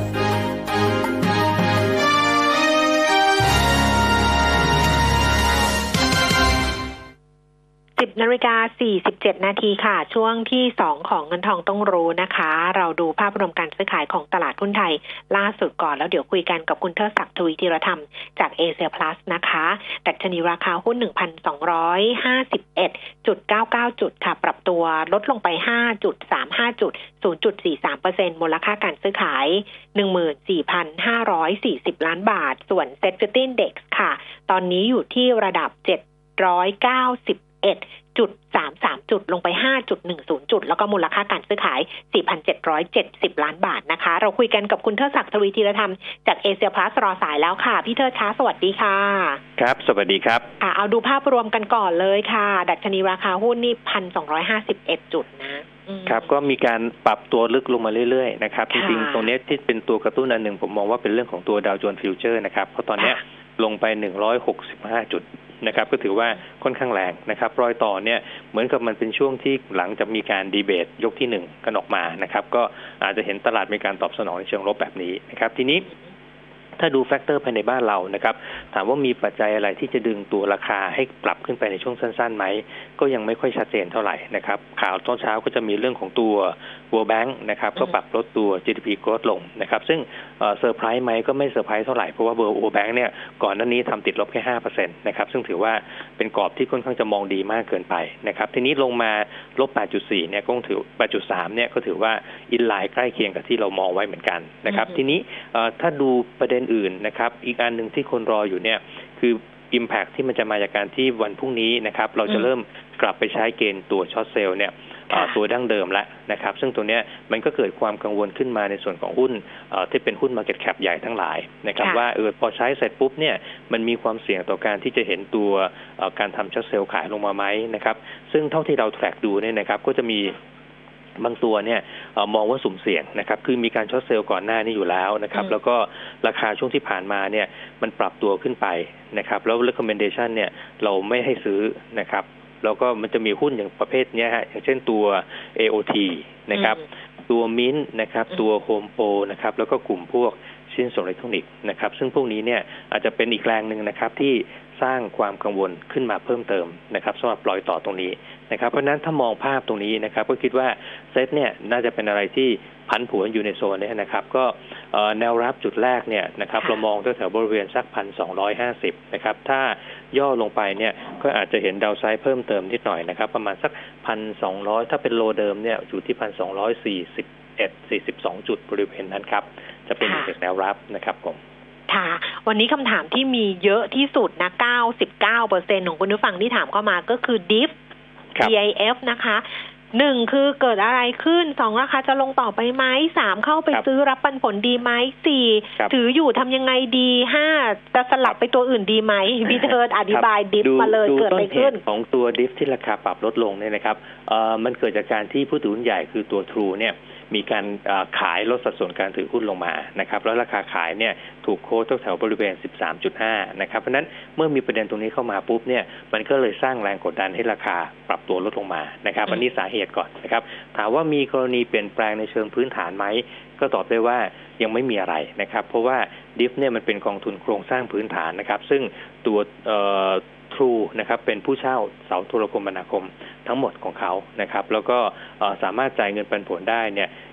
สิบนาฬิกาสี่สิบเจ็ดนาทีค่ะช่วงที่สองของเงินทองต้องรู้นะคะเราดูภาพรวมการซื้อขายของตลาดหุ้นไทยล่าสุดก่อนแล้วเดี๋ยวคุยกันกับคุณเทิดศักดิ์ทวีธีรธรรมจาก Asia Plus นะคะดัชนีราคาหุ้น หนึ่งพันสองร้อยห้าสิบเอ็ดจุดเก้าเก้า จุดค่ะปรับตัวลดลงไป ห้าจุดสามห้า จุด ศูนย์จุดสี่สามเปอร์เซ็นต์ มูลค่าการซื้อขาย หนึ่งหมื่นสี่พันห้าร้อยสี่สิบ ล้านบาทส่วน Set Fifty Index ค่ะตอนนี้อยู่ที่ระดับเจ็ดร้อยเก้าสิบเอ็ดจุดสามสาม จุดลงไป ห้าจุดหนึ่งศูนย์ จุดแล้วก็มูลค่าการซื้อขาย สี่พันเจ็ดร้อยเจ็ดสิบ ล้านบาทนะคะเราคุยกันกับคุณเทิดศักดิ์ทวีธีรธรรมจาก Asia Plus รอสายแล้วค่ะพี่เทิดช้าสวัสดีค่ะครับสวัสดีครับค่ะเอาดูภาพรวมกันก่อนเลยค่ะดัชนีราคาหุ้นนี่ หนึ่งพันสองร้อยห้าสิบเอ็ด จุดนะครับก็มีการปรับตัวลึกลงมาเรื่อยๆนะครับจริงๆตรงนี้ที่เป็นตัวกระตุ้นอันหนึ่งผมมองว่าเป็นเรื่องของตัวดาวโจนส์ฟิวเจอร์นะครับเพราะตอนนี้ลงไปหนึ่งร้อยหกสิบห้าจุดนะครับก็ถือว่าค่อนข้างแรงนะครับรอยต่อเนี่ยเหมือนกับมันเป็นช่วงที่หลังจากมีการดีเบตยกที่หนึ่งกันออกมานะครับก็อาจจะเห็นตลาดมีการตอบสนองในเชิงลบแบบนี้นะครับทีนี้ถ้าดูแฟกเตอร์ภายในบ้านเรานะครับถามว่ามีปัจจัยอะไรที่จะดึงตัวราคาให้ปรับขึ้นไปในช่วงสั้นๆไหมก็ยังไม่ค่อยชัดเจนเท่าไหร่นะครับข่าวตอนเช้าก็จะมีเรื่องของตัว World Bank นะครับก็ปรับลดตัว จี ดี พี growth ลงนะครับซึ่งเซอร์ไพรส์ไหมก็ไม่เซอร์ไพรส์เท่าไหร่เพราะว่า World Bank เนี่ยก่อนหน้านี้ทำติดลบแค่ ห้าเปอร์เซ็นต์ นะครับซึ่งถือว่าเป็นกรอบที่ค่อนข้างจะมองดีมากเกินไปนะครับทีนี้ลงมาลบ แปดจุดสี่ เนี่ยก็ถือ แปดจุดสาม เนี่ยก็ถือว่าอินไลน์ใกล้เคียงกับที่เรามองไว้เหมือนกันนะครับทีนี้ถ้าดูประเด็นอื่นนะครับอีกอันหนึ่งที่คนรออยู่เนี่ยคือ impact ที่มันจะมาจากการที่วันพรุ่งนี้นะครับเราจะเริ่มกลับไปใช้เกณฑ์ตัวช็อตเซลล์เนี่ยตัวดั้งเดิมแล้วนะครับซึ่งตัวเนี้ยมันก็เกิดความกังวลขึ้นมาในส่วนของหุ้นที่เป็นหุ้น market cap ใหญ่ทั้งหลายนะครับว่าเออพอใช้เสร็จปุ๊บเนี่ยมันมีความเสี่ยงต่อการที่จะเห็นตัวการทำช็อตเซลล์ขายลงมาไหมนะครับซึ่งเท่าที่เราแทร็กดูเนี่ยนะครับก็จะมีบางตัวเนี่ยมองว่าสุ่มเสี่ยงนะครับคือมีการช็อตเซลล์ก่อนหน้านี้อยู่แล้วนะครับแล้วก็ราคาช่วงที่ผ่านมาเนี่ยมันปรับตัวขึ้นไปนะครับแล้ว recommendation เนี่ยเราไม่ให้ซื้อนะครับแล้วก็มันจะมีหุ้นอย่างประเภทนี้ฮะอย่างเช่นตัว เอ โอ ที นะครับตัว Mint นะครับตัว Home Pro นะครับแล้วก็กลุ่มพวกชิ้นส่วนอิเล็กทรอนิกส์นะครับซึ่งพวกนี้เนี่ยอาจจะเป็นอีกแรงนึงนะครับที่สร้างความกังวลขึ้นมาเพิ่มเติมนะครับสำหรับรอยต่อตรงนี้นะครับเพราะฉะนั้นถ้ามองภาพตรงนี้นะครับก็คิดว่าเซตเนี่ยน่าจะเป็นอะไรที่ผันผวนอยู่ในโซนนี้นะครับก็แนวรับจุดแรกเนี่ยนะครับเรามองแถวๆบริเวณสัก หนึ่งพันสองร้อยห้าสิบ นะครับถ้าย่อลงไปเนี่ยก็อาจจะเห็นดาวไซด์เพิ่มเติมนิดหน่อยนะครับประมาณสัก หนึ่งพันสองร้อย ถ้าเป็นโลเดิมเนี่ยอยู่ที่ หนึ่งพันสองร้อยสี่สิบเอ็ด สี่สิบสอง จุดบริเวณนั้นครับจะเป็นแนวรับนะครับผมค่ะวันนี้คำถามที่มีเยอะที่สุดนะ เก้าสิบเก้าเปอร์เซ็นต์ ของคุณผู้ฟังที่ถามเข้ามาก็คือ ดิฟ ดี ไอ เอฟ นะคะหนึ่งคือเกิดอะไรขึ้นสองราคาจะลงต่อไปไหมสามเข้าไปซื้อรับปันผลดีไหมสี่ถืออยู่ทำยังไงดีห้าจะสลับไปตัวอื่นดีไหมพี่เทิดอธิบายดิฟมาเลยเกิดอะไรขึ้นของตัวดิฟที่ราคาปรับลดลงเนี่ยนะครับเอ่อมันเกิดจากการที่ผู้ถือหุ้นใหญ่คือตัว True เนี่ยมีการขายลดสัดส่วนการถือหุ้นลงมานะครับแล้วราคาขายเนี่ยถูกโค้ดแถวบริเวณ สิบสามจุดห้า นะครับเพราะนั้นเมื่อมีประเด็นตรงนี้เข้ามาปุ๊บเนี่ยมันก็เลยสร้างแรงกดดันให้ราคาปรับตัวลดลงมานะครับอันนี้สาเหตุก่อนนะครับถามว่ามีกรณีเปลี่ยนแปลงในเชิงพื้นฐานไหมก็ตอบได้ว่ายังไม่มีอะไรนะครับเพราะว่าดิฟเนี่ยมันเป็นกองทุนโครงสร้างพื้นฐานนะครับซึ่งตัวเอ่อTrue นะครับเป็นผู้เช่าเสาโทรคมนาคมทั้งหมดของเขานะครับแล้วก็สามารถจ่ายเงินปันผลได้เนี่ย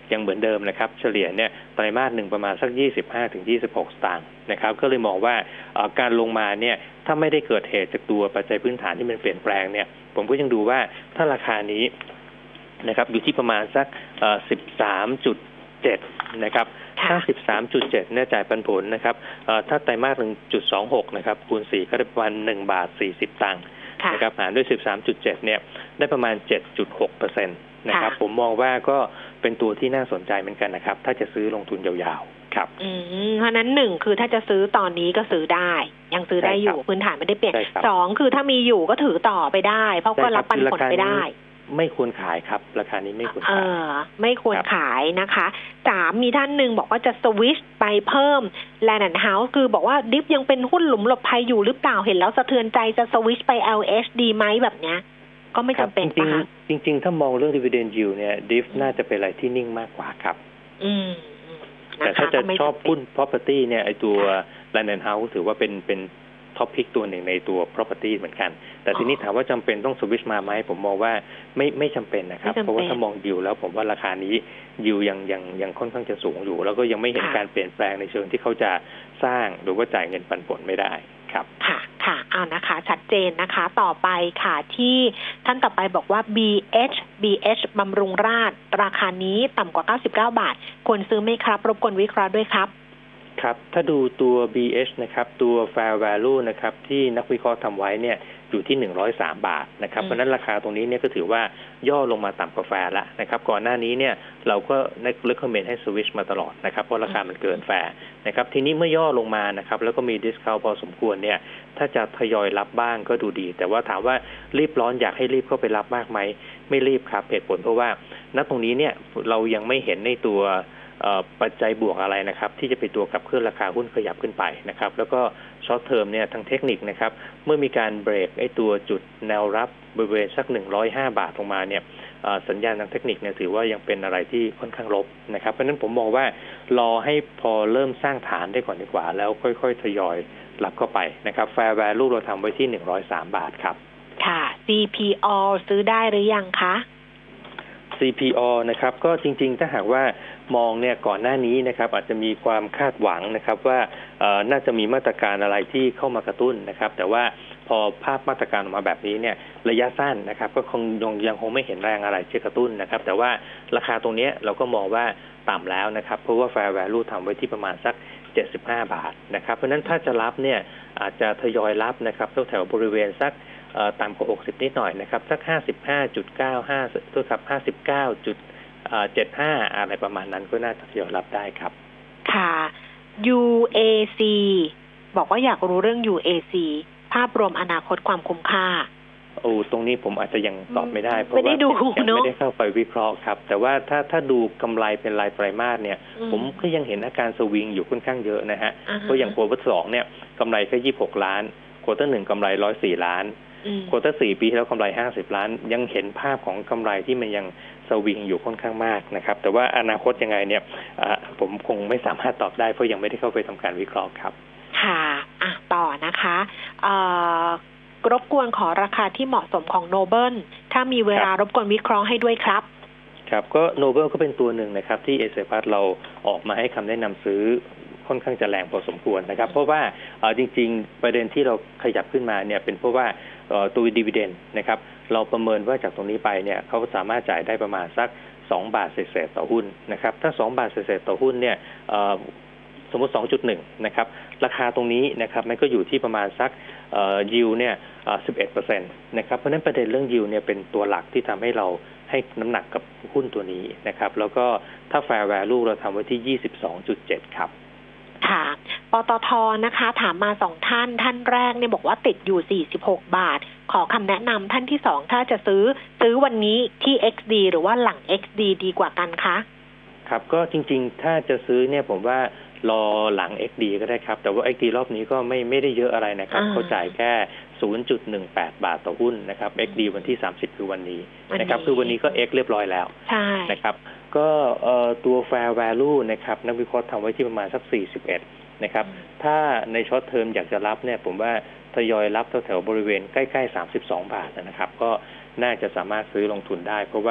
ยังเหมือนเดิมนะครับเฉลี่ยเนี่ยไตรมาสหนึ่งประมาณสัก ยี่สิบห้าถึงยี่สิบหก สตางค์นะครับก็เลยมองว่าการลงมาเนี่ยถ้าไม่ได้เกิดเหตุจากตัวปัจจัยพื้นฐานที่มันเปลี่ยนแปลงเนี่ยผมก็ยังดูว่าถ้าราคานี้นะครับอยู่ที่ประมาณสัก สิบสามจุดเจ็ด นะครับถ้า สิบสามจุดเจ็ด เนี่ยจ่ายปันผลนะครับถ้าไตรมาส หนึ่งจุดสองหก นะครับคูณสี่ก็ได้ประมาณหนึ่งบาทสี่สิบตังค์นะครับหารด้วย สิบสามจุดเจ็ด เนี่ยได้ประมาณ เจ็ดจุดหกเปอร์เซ็นต์ นะครับผมมองว่าก็เป็นตัวที่น่าสนใจเหมือนกันนะครับถ้าจะซื้อลงทุนยาวๆครับอืมเพราะนั้นหนึ่งคือถ้าจะซื้อตอนนี้ก็ซื้อได้ยังซื้อได้อยู่พื้นฐานไม่ได้เปลี่ยนสองคือถ้ามีอยู่ก็ถือต่อไปได้เพราะก็รับปันผลไปได้ไม่ควรขายครับราคานี้ไม่ควรขายเออไม่ควรขายนะคะสามมีท่านหนึ่งบอกว่าจะสวิชไปเพิ่ม Land and House คือบอกว่าดิฟยังเป็นหุ้นหลุมหลบภัยอยู่หรือเปล่าเห็นแล้วสะเทือนใจจะสวิชไป แอล เอช ดีไหมแบบเนี้ยก็ไม่จำเป็นนะคะจริงๆถ้ามองเรื่อง dividend yield เนี่ยดิฟน่าจะเป็นอะไรที่นิ่งมากกว่าครับอืมแต่ถ้าจะชอบหุ้น property เนี่ยไอตัว Land and House ถือว่าเป็นเป็นท็อปพิกตัวหนึ่งในตัว property เหมือนกันแต่ทีนี้ถามว่าจำเป็นต้องสวิชมาไหมผมมองว่าไม่ไม่จำเป็นนะครับเพราะว่าถ้ามองยิวแล้วผมว่าราคานี้ยิวยังยังยังค่อนข้างจะสูงอยู่แล้วก็ยังไม่เห็นการเปลี่ยนแปลงในเชิงที่เขาจะสร้างหรือว่าจ่ายเงินปันผลไม่ได้ครับค่ะค่ะเอานะคะชัดเจนนะคะต่อไปค่ะที่ท่านต่อไปบอกว่า บี เอช บี เอช บำรุงราษฎร์ราคานี้ต่ำกว่าเก้าสิบเก้าบาทควรซื้อไหมครับรบกวนวิเคราะห์ด้วยครับครับถ้าดูตัว บี เอช นะครับตัว fair value นะครับที่นักวิเคราะห์ทำไว้เนี่ยอยู่ที่หนึ่งร้อยสามบาทนะครับเพราะนั้นราคาตรงนี้เนี่ยก็ถือว่าย่อลงมาต่ำกว่าแฟร์ละนะครับก่อนหน้านี้เนี่ยเราก็ได้ recommend ให้ switch มาตลอดนะครับเพราะราคามันเกินแฟร์นะครับทีนี้เมื่อย่อลงมานะครับแล้วก็มี discount พอสมควรเนี่ยถ้าจะทยอยรับบ้างก็ดูดีแต่ว่าถามว่ารีบร้อนอยากให้รีบเข้าไปรับมากไหมไม่รีบครับเหตุผลเพราะว่าณตรงนี้เนี่ยเรายังไม่เห็นในตัวปัจจัยบวกอะไรนะครับที่จะเป็นตัวขับเคลื่อนราคาหุ้นขยับขึ้นไปนะครับแล้วก็ช็อตเทอมเนี่ยทางเทคนิคนะครับเมื่อมีการเบรกไอ้ตัวจุดแนวรับบริเวณสักหนึ่งร้อยห้าบาทลงมาเนี่ยสัญญาณทางเทคนิคเนี่ยถือว่ายังเป็นอะไรที่ค่อนข้างลบนะครับเพราะฉะนั้นผมมองว่ารอให้พอเริ่มสร้างฐานได้ก่อนดีกว่าแล้วค่อยๆทยอยรับเข้าไปนะครับ Fair Value เราทำไว้ที่หนึ่งร้อยสามบาทครับค่ะ ซี พี อ ซื้อได้หรือยังคะซี พี อ นะครับก็จริงๆถ้าหากว่ามองเนี่ยก่อนหน้านี้นะครับอาจจะมีความคาดหวังนะครับว่าน่าจะมีมาตรการอะไรที่เข้ามากระตุ้นนะครับแต่ว่าพอภาพมาตรการออกมาแบบนี้เนี่ยระยะสั้นนะครับก็คงยังคงไม่เห็นแรงอะไรที่กระตุ้นนะครับแต่ว่าราคาตรงนี้เราก็มองว่าต่ำแล้วนะครับเพราะว่า Fair Value ทำไว้ที่ประมาณสักเจ็ดสิบห้าบาทนะครับเพราะฉะนั้นถ้าจะรับเนี่ยอาจจะทยอยรับนะครับแถวๆบริเวณสักต่ำกว่าหกสิบนิดหน่อยนะครับสัก ห้าสิบห้าจุดเก้าห้า ตัวครับ ห้าสิบเก้าจุดเจ็ดห้า อะไรประมาณนั้นก็น่าจะยอมรับได้ครับค่ะ ยู เอ ซี บอกว่าอยากรู้เรื่อง ยู เอ ซี ภาพรวมอนาคตความคุ้มค่าโอ้ตรงนี้ผมอาจจะยังตอบไม่ได้เพราะว่ายังไม่ได้เข้าไปวิเคราะห์ครับแต่ว่าถ้าถ้าดูกำไรเป็นรายไตรมาสเนี่ยผมก็ยังเห็นอาการสวิงอยู่ค่อนข้างเยอะนะฮะเพราะอย่างควอเตอร์สองเนี่ยกำไรแค่ยี่สิบหกล้านควอเตอร์หนึ่งกำไรหนึ่งร้อยสี่ล้านควอเตอร์สี่ปีแล้วกำไรห้าสิบล้านยังเห็นภาพของกำไรที่มันยังสวิงอยู่ค่อนข้างมากนะครับแต่ว่าอนาคตยังไงเนี่ยผมคงไม่สามารถตอบได้เพราะยังไม่ได้เข้าไปทำการวิเคราะห์ครับค่ะอ่ะต่อนะคะรบกวนขอราคาที่เหมาะสมของโนเบิลถ้ามีเวลารบกวนวิเคราะห์ให้ด้วยครับครับก็โนเบิลก็เป็นตัวหนึ่งนะครับที่เอเซพัสเราออกมาให้คำแนะนำซื้อค่อนข้างจะแรงพอสมควรนะครับเพราะว่าจริงๆประเด็นที่เราขยับขึ้นมาเนี่ยเป็นเพราะว่าตัวดิวิเดนด์นะครับเราประเมินว่าจากตรงนี้ไปเนี่ยเขาสามารถจ่ายได้ประมาณสักสองบาทเศษๆต่อหุ้นนะครับถ้าสองบาทเศษๆต่อหุ้นเนี่ยสมมุติ สองจุดหนึ่ง นะครับราคาตรงนี้นะครับมันก็อยู่ที่ประมาณสักยิวเนี่ย สิบเอ็ดเปอร์เซ็นต์ นะครับเพราะฉะนั้นประเด็นเรื่องยิวเนี่ยเป็นตัวหลักที่ทำให้เราให้น้ำหนักกับหุ้นตัวนี้นะครับแล้วก็ถ้า Fair Value เราทำไว้ที่ ยี่สิบสองจุดเจ็ด ครับค่ะปตท.นะคะถามมาสองท่านท่านแรกเนี่ยบอกว่าติดอยู่สี่สิบหกบาทขอคำแนะนำท่านที่สองถ้าจะซื้อซื้อวันนี้ที่ เอ็กซ์ ดี หรือว่าหลัง เอ็กซ์ ดี ดีกว่ากันคะครับก็จริงๆถ้าจะซื้อเนี่ยผมว่ารอหลัง เอ็กซ์ ดี ก็ได้ครับแต่ว่า เอ็กซ์ ดี รอบนี้ก็ไม่ไม่ได้เยอะอะไรนะครับเขาจ่ายแค่ ศูนย์จุดหนึ่งแปด บาทต่อหุ้นนะครับ เอ็กซ์ ดี วันที่สามสิบคือวันนี้นะครับคือวันนี้ก็ X เรียบร้อยแล้วนะครับก็ตัว Fair Value นะครับนักวิเคราะห์ทำไว้ที่ประมาณสักสี่สิบเอ็ดนะครับถ้าในช็อตเทอมอยากจะรับเนี่ยผมว่าทยอยรับแถวๆบริเวณใกล้ๆสามสิบสองบาทนะครับก็น่าจะสามารถซื้อลงทุนได้เพราะว่า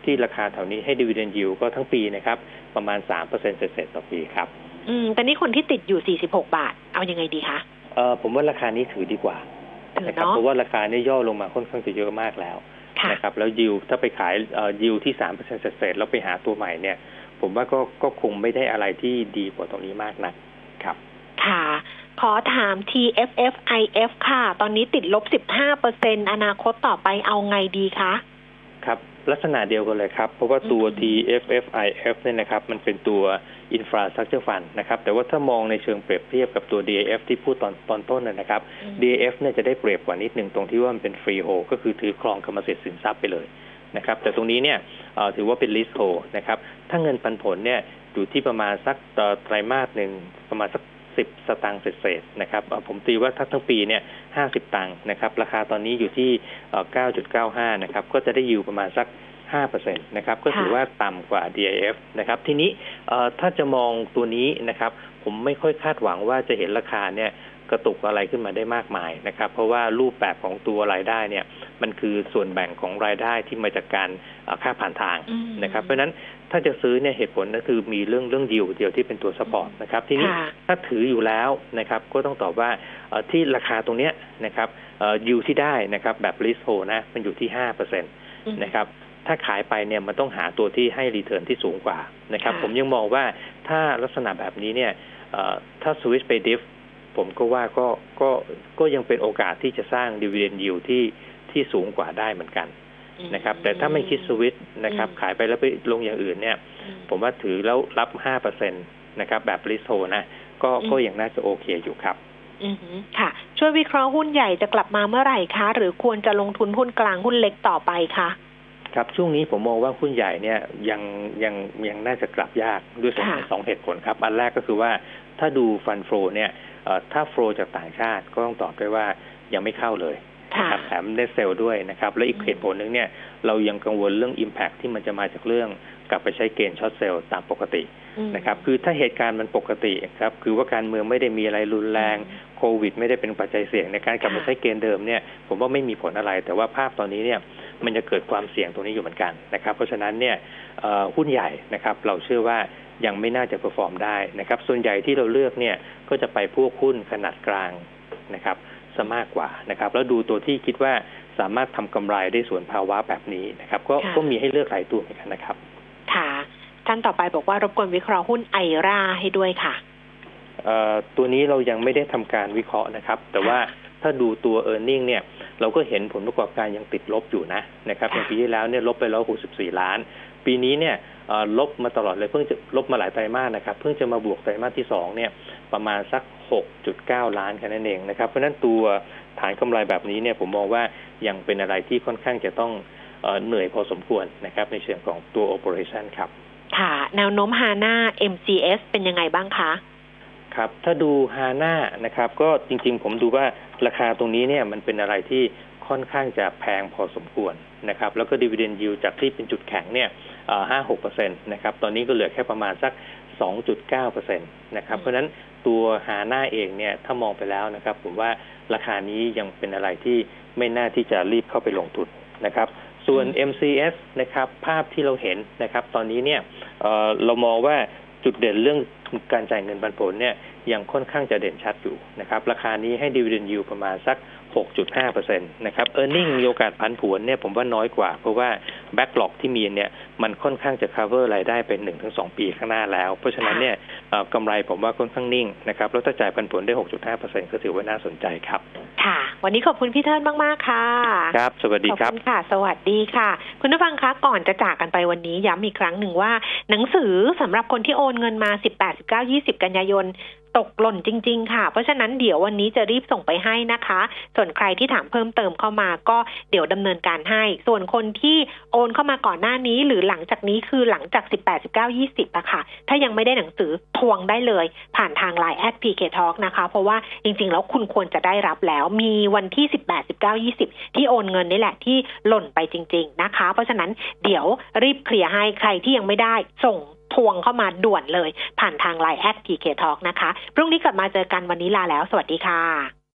ที่ราคาแถวนี้ให้ dividend yield ก็ทั้งปีนะครับประมาณ สามเปอร์เซ็นต์ เศษๆต่อปีครับอืมแต่นี่คนที่ติดอยู่สี่สิบหกบาทเอายังไงดีคะเอ่อผมว่าราคานี้ถือดีกว่านะครับเพราะว่าราคานี้ย่อลงมาค่อนข้างจะเยอะมากแล้วนะครับแล้วยิวถ้าไปขายเอ่อยิวที่ สามเปอร์เซ็นต์ เศษๆแล้วไปหาตัวใหม่เนี่ยผมว่าก็ก็คงไม่ได้อะไรที่ดีกว่าตรงนี้มากนักครับค่ะขอถาม ที เอฟ เอฟ ไอ เอฟ ค่ะตอนนี้ติดลบ สิบห้าเปอร์เซ็นต์ อนาคตต่อไปเอาไงดีคะครับลักษณะเดียวกันเลยครับเพราะว่าตัว ที เอฟ เอฟ ไอ เอฟ เนี่ยนะครับมันเป็นตัว Infrastructure Fund นะครับแต่ว่าถ้ามองในเชิงเปรียบเทียบกับตัว ดี เอ เอฟ ที่พูดตอนตอนต้นนะครับ ดี เอ เอฟ เนี่ยจะได้เปรียบกว่านิดนึงตรงที่ว่ามันเป็น Freehold ก็คือถือครองกรรมสิทธิ์สินทรัพย์ไปเลยนะครับแต่ตรงนี้เนี่ยถือว่าเป็น Leasehold นะครับถ้าเงินปันผลเนี่ยอยู่ที่ประมาณสักไตรมาสหนึ่งประมาณสักสิบสตางค์เศษๆนะครับผมตีว่าทั้งปีเนี่ยห้าสิบตังค์นะครับราคาตอนนี้อยู่ที่ เก้าจุดเก้าห้า นะครับก็จะได้ยิวประมาณสัก ห้าเปอร์เซ็นต์ นะครับก็ถือว่าต่ำกว่า ดี ไอ เอฟ นะครับทีนี้ถ้าจะมองตัวนี้นะครับผมไม่ค่อยคาดหวังว่าจะเห็นราคาเนี่ยกระตุกอะไรขึ้นมาได้มากมายนะครับเพราะว่ารูปแบบของตัวรายได้เนี่ยมันคือส่วนแบ่งของรายได้ที่มาจากการค่าผ่านทางนะครับเพราะฉะนั้นถ้าจะซื้อเนี่ยเหตุผลก็คือมีเรื่องเรื่องยิวเดียวที่เป็นตัวซัพพอร์ตนะครับทีนี้ถ้าถืออยู่แล้วนะครับก็ต้องตอบว่าที่ราคาตรงเนี้ยนะครับยิวที่ได้นะครับแบบ leasehold นะมันอยู่ที่ ห้าเปอร์เซ็นต์ นะครับถ้าขายไปเนี่ยมันต้องหาตัวที่ให้รีเทิร์นที่สูงกว่านะครับผมยังมองว่าถ้าลักษณะแบบนี้เนี่ยถ้าสวิตช์ไปดิฟผมก็ว่าก็ก็ก็ยังเป็นโอกาสที่จะสร้าง dividend yield ที่ที่สูงกว่าได้เหมือนกันนะครับแต่ถ้าไม่คิดสวิตช์นะครับขายไปแล้วไปลงอย่างอื่นเนี่ยผมว่าถือแล้วรับ ห้าเปอร์เซ็นต์ นะครับแบบ leasehold นะก็ก็ยังน่าจะโอเคอยู่ครับอือค่ะช่วยวิเคราะห์หุ้นใหญ่จะกลับมาเมื่อไหร่คะหรือควรจะลงทุนหุ้นกลางหุ้นเล็กต่อไปคะครับช่วงนี้ผมมองว่าหุ้นใหญ่เนี่ยยังยังยังน่าจะกลับยากด้วยสองเหตุผลครับอันแรกก็คือว่าถ้าดูฟันโฟเนี่ยถ้าโฟจากต่างชาติก็ต้องตอบได้ว่ายังไม่เข้าเลยนะครับแถมได้เซลล์ด้วยนะครับและอีกเหตุผลนึงเนี่ยเรายังกังวลเรื่อง impact ที่มันจะมาจากเรื่องกลับไปใช้เกณฑ์ช็อตเซลล์ตามปกตินะครับคือถ้าเหตุการณ์มันปกติครับคือว่าการเมืองไม่ได้มีอะไรรุนแรงโควิดไม่ได้เป็นปัจจัยเสี่ยงในการกลับมาใช้เกณฑ์เดิมเนี่ยผมว่าไม่มีผลอะไรแต่ว่าภาพตอนนี้เนี่ยมันจะเกิดความเสี่ยงตรงนี้อยู่เหมือนกันนะครับเพราะฉะนั้นเนี่ยหุ้นใหญ่นะครับเราเชื่อว่ายังไม่น่าจะเพอร์ฟอร์มได้นะครับส่วนใหญ่ที่เราเลือกเนี่ยก็จะไปพวกหุ้นขนาดกลางนะครับซะมากกว่านะครับแล้วดูตัวที่คิดว่าสามารถทำกำไรได้ส่วนภาวะแบบนี้นะครับก็ก็มีให้เลือกหลายตัวเหมือนกันนะครับค่ะท่านต่อไปบอกว่ารบกวนวิเคราะห์หุ้นไอราให้ด้วยค่ะเอ่อตัวนี้เรายังไม่ได้ทำการวิเคราะห์นะครับแต่ว่าถ้าดูตัว earning เนี่ยเราก็เห็นผลประกอบการยังติดลบอยู่นะนะครับในปีที่แล้วเนี่ยลบไปหนึ่งร้อยหกสิบสี่ล้านปีนี้เนี่ยลบมาตลอดเลยเพิ่งจะลบมาหลายไตรมาสนะครับเพิ่งจะมาบวกไตรมาสที่สองเนี่ยประมาณสัก หกจุดเก้า ล้านแค่นั้นเองนะครับเพราะฉะนั้นตัวฐานกำไรแบบนี้เนี่ยผมมองว่ายังเป็นอะไรที่ค่อนข้างจะต้องเอ่อเหนื่อยพอสมควรนะครับในเชิงของตัว operation ครับค่ะแนวโน้ม Hana เอ็ม ซี เอส เป็นยังไงบ้างคะครับถ้าดู Hana นะครับก็จริงๆผมดูว่าราคาตรงนี้เนี่ยมันเป็นอะไรที่ค่อนข้างจะแพงพอสมควรนะครับแล้วก็ dividend yield จากที่เป็นจุดแข็งเนี่ยเอ่อ ห้าถึงหกเปอร์เซ็นต์ นะครับตอนนี้ก็เหลือแค่ประมาณสัก สองจุดเก้าเปอร์เซ็นต์ นะครับเพราะฉะนั้นตัวHanaเองเนี่ยถ้ามองไปแล้วนะครับผมว่าราคานี้ยังเป็นอะไรที่ไม่น่าที่จะรีบเข้าไปลงทุนนะครับส่วน เอ็ม ซี เอส นะครับภาพที่เราเห็นนะครับตอนนี้เนี่ย เอ่อเรามองว่าจุดเด่นเรื่องการจ่ายเงินปันผลเนี่ยยังค่อนข้างจะเด่นชัดอยู่นะครับราคานี้ให้ dividend yield ประมาณสัก หกจุดห้าเปอร์เซ็นต์ นะครับ earning มีโอกาสผันผวนเนี่ยผมว่าน้อยกว่าเพราะว่า backlog ที่มีเนี่ยมันค่อนข้างจะ cover รายได้เป็น หนึ่งถึงสอง ปีข้างหน้าแล้วเพราะฉะนั้นเนี่ยกำไรผมว่าค่อนข้างนิ่งนะครับแล้วถ้าจ่ายปันผลได้ หกจุดห้าเปอร์เซ็นต์ ก็ถือว่าน่าสนใจครับค่ะวันนี้ขอบคุณพี่เทิดมากๆค่ะครับสวัสดีครับขอบคุณค่ะสวัสดีค่ะคุณผู้ฟังคะก่อนจะจากกันไปวันนี้ย้ำอีกครั้งหนึ่งว่าหนังสือสำหรับคนที่โอนเงินมาสิบแปด สิบเก้า ยี่สิบกันยายนตกหล่นจริงๆค่ะเพราะฉะนั้นเดี๋ยววันนี้จะรีบส่งไปให้นะคะส่วนใครที่ถามเพิ่มเติมเข้ามาก็เดี๋ยวดำเนินการให้ส่วนคนที่โอนเข้ามาก่อนหน้านี้หรือหลังจากนี้คือหลังจากสิบแปด สิบเก้า ยี่สิบอะค่ะถ้ายังไม่ได้หนังสือทวงได้เลยผ่านทาง ไลน์ แอท พี เค ทอล์ก นะคะเพราะว่าจริงๆแล้วคุณควรจะได้รับแล้วมีวันที่สิบแปด สิบเก้า ยี่สิบที่โอนเงินนี่แหละที่หล่นไปจริงๆนะคะเพราะฉะนั้นเดี๋ยวรีบเคลียร์ให้ใครที่ยังไม่ได้ส่งทวงเข้ามาด่วนเลยผ่านทาง ไลน์ แอท พี เค ทอล์ก นะคะพรุ่งนี้กลับมาเจอกันวันนี้ลาแล้วสวัสดีค่ะ